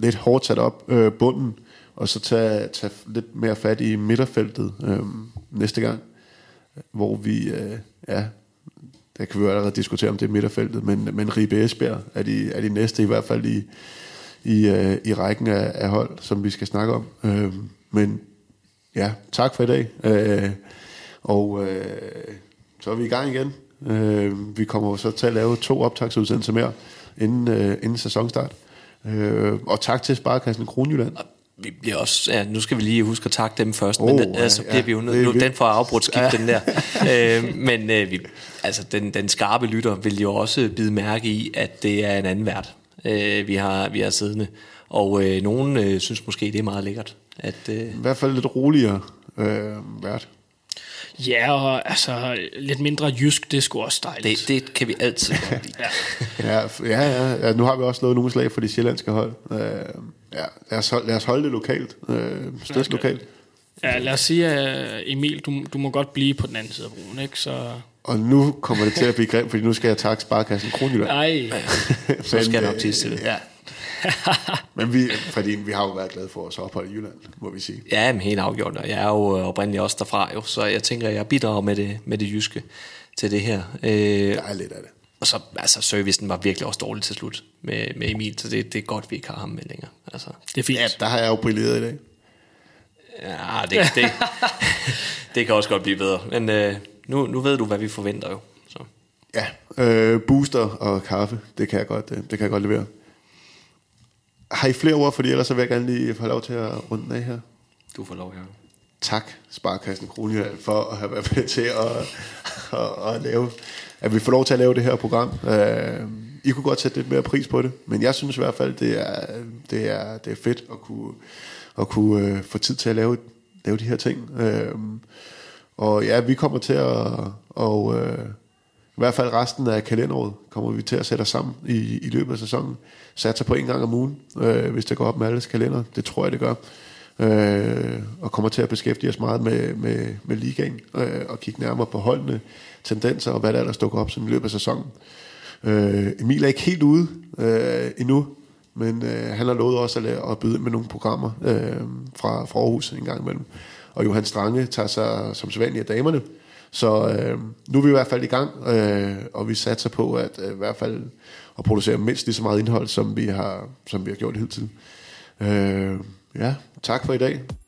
B: lidt hårdt sat op øh, bunden, og så tage, tage lidt mere fat i midterfeltet øh, næste gang, hvor vi, øh, ja, der kan vi jo allerede diskutere om det er midterfeltet, men, men Ribe Esbjerg er de, er de næste i hvert fald i, i, øh, i rækken af, af hold, som vi skal snakke om. Øh, men ja, tak for i dag, øh, og øh, så er vi i gang igen. Øh, vi kommer så til at lave to optagsudsendelser mere inden, øh, inden sæsonstart. Øh, og tak til Sparekassen Kronjylland.
C: Vi bliver også, ja, nu skal vi lige huske at takke dem først,
B: oh,
C: men den, ja, så bliver ja, vi jo nødt, nu den får afbrudt skib, ja. den der. øh, men øh, vi, altså den, den skarpe lytter vil jo også bide mærke i, at det er en anden vært, øh, vi har vi har siddende. Og øh, nogen øh, synes måske, det er meget lækkert. At, øh,
B: I hvert fald lidt roligere øh, vært.
D: Ja, og altså lidt mindre jysk, det er sgu også dejligt.
C: Det, det kan vi altid godt lide.
B: ja. ja, ja, ja, nu har vi også lavet nogle slag for de sjællandske hold. Øh, ja, lad os, holde, lad os holde det lokalt. Øh, støt lokalt.
D: Ja, lad os sige, at Emil, du, du må godt blive på den anden side af broen, ikke? Så...
B: Og nu kommer det til at blive grimt, fordi nu skal jeg takke Sparekassen Kronjylland.
D: Nej.
C: Så skal jeg nok tisse det.
B: Ja. Men vi, fordi vi har jo været glade for vores ophold i Jylland, må vi sige.
C: Ja, men helt afgjort, og jeg er jo oprindeligt også derfra, jo, så jeg tænker, at jeg bidrager med det, med det jyske til det her. Øh,
B: der er lidt af det.
C: Og så, altså, servicen var virkelig også dårlig til slut med, med Emil, så det, det er godt, vi ikke har ham med længere. Altså.
D: Det er fint.
B: Ja, der har jeg jo brilleret i dag.
C: Ja, det, det, det kan også godt blive bedre, men øh, nu, nu ved du, hvad vi forventer jo. Så.
B: Ja, øh, booster og kaffe, det kan jeg godt, det, det kan jeg godt levere. Har I flere ord, fordi ellers så vil jeg gerne lige få lov til at runde den af her.
C: Du får lov, ja.
B: Tak, Sparekassen Kronjylland, for at have været med til at, at, at lave, at vi får lov til at lave det her program. Uh, I kunne godt sætte lidt mere pris på det, men jeg synes i hvert fald, det er, det er, det er fedt at kunne, at kunne uh, få tid til at lave, lave de her ting. Uh, og ja, vi kommer til at, og, uh, i hvert fald resten af kalenderåret, kommer vi til at sætte os sammen i, i løbet af sæsonen. Satser på en gang om ugen, uh, hvis det går op med alles kalender. Det tror jeg, det gør. Øh, og kommer til at beskæftige os meget med, med, med ligaen øh, og kigge nærmere på holdene, tendenser og hvad der ellers dukker op som i løbet af sæsonen. øh, Emil er ikke helt ude øh, endnu, men øh, han har lovet også at, lade, at byde med nogle programmer øh, fra, fra Aarhus en gang imellem, og Johan Strange tager sig som sædvanligt af damerne, så øh, nu er vi i hvert fald i gang, øh, og vi satser på at øh, i hvert fald at producere mindst lige så meget indhold som vi har, som vi har gjort hidtil. øh, Ja, tak for i dag.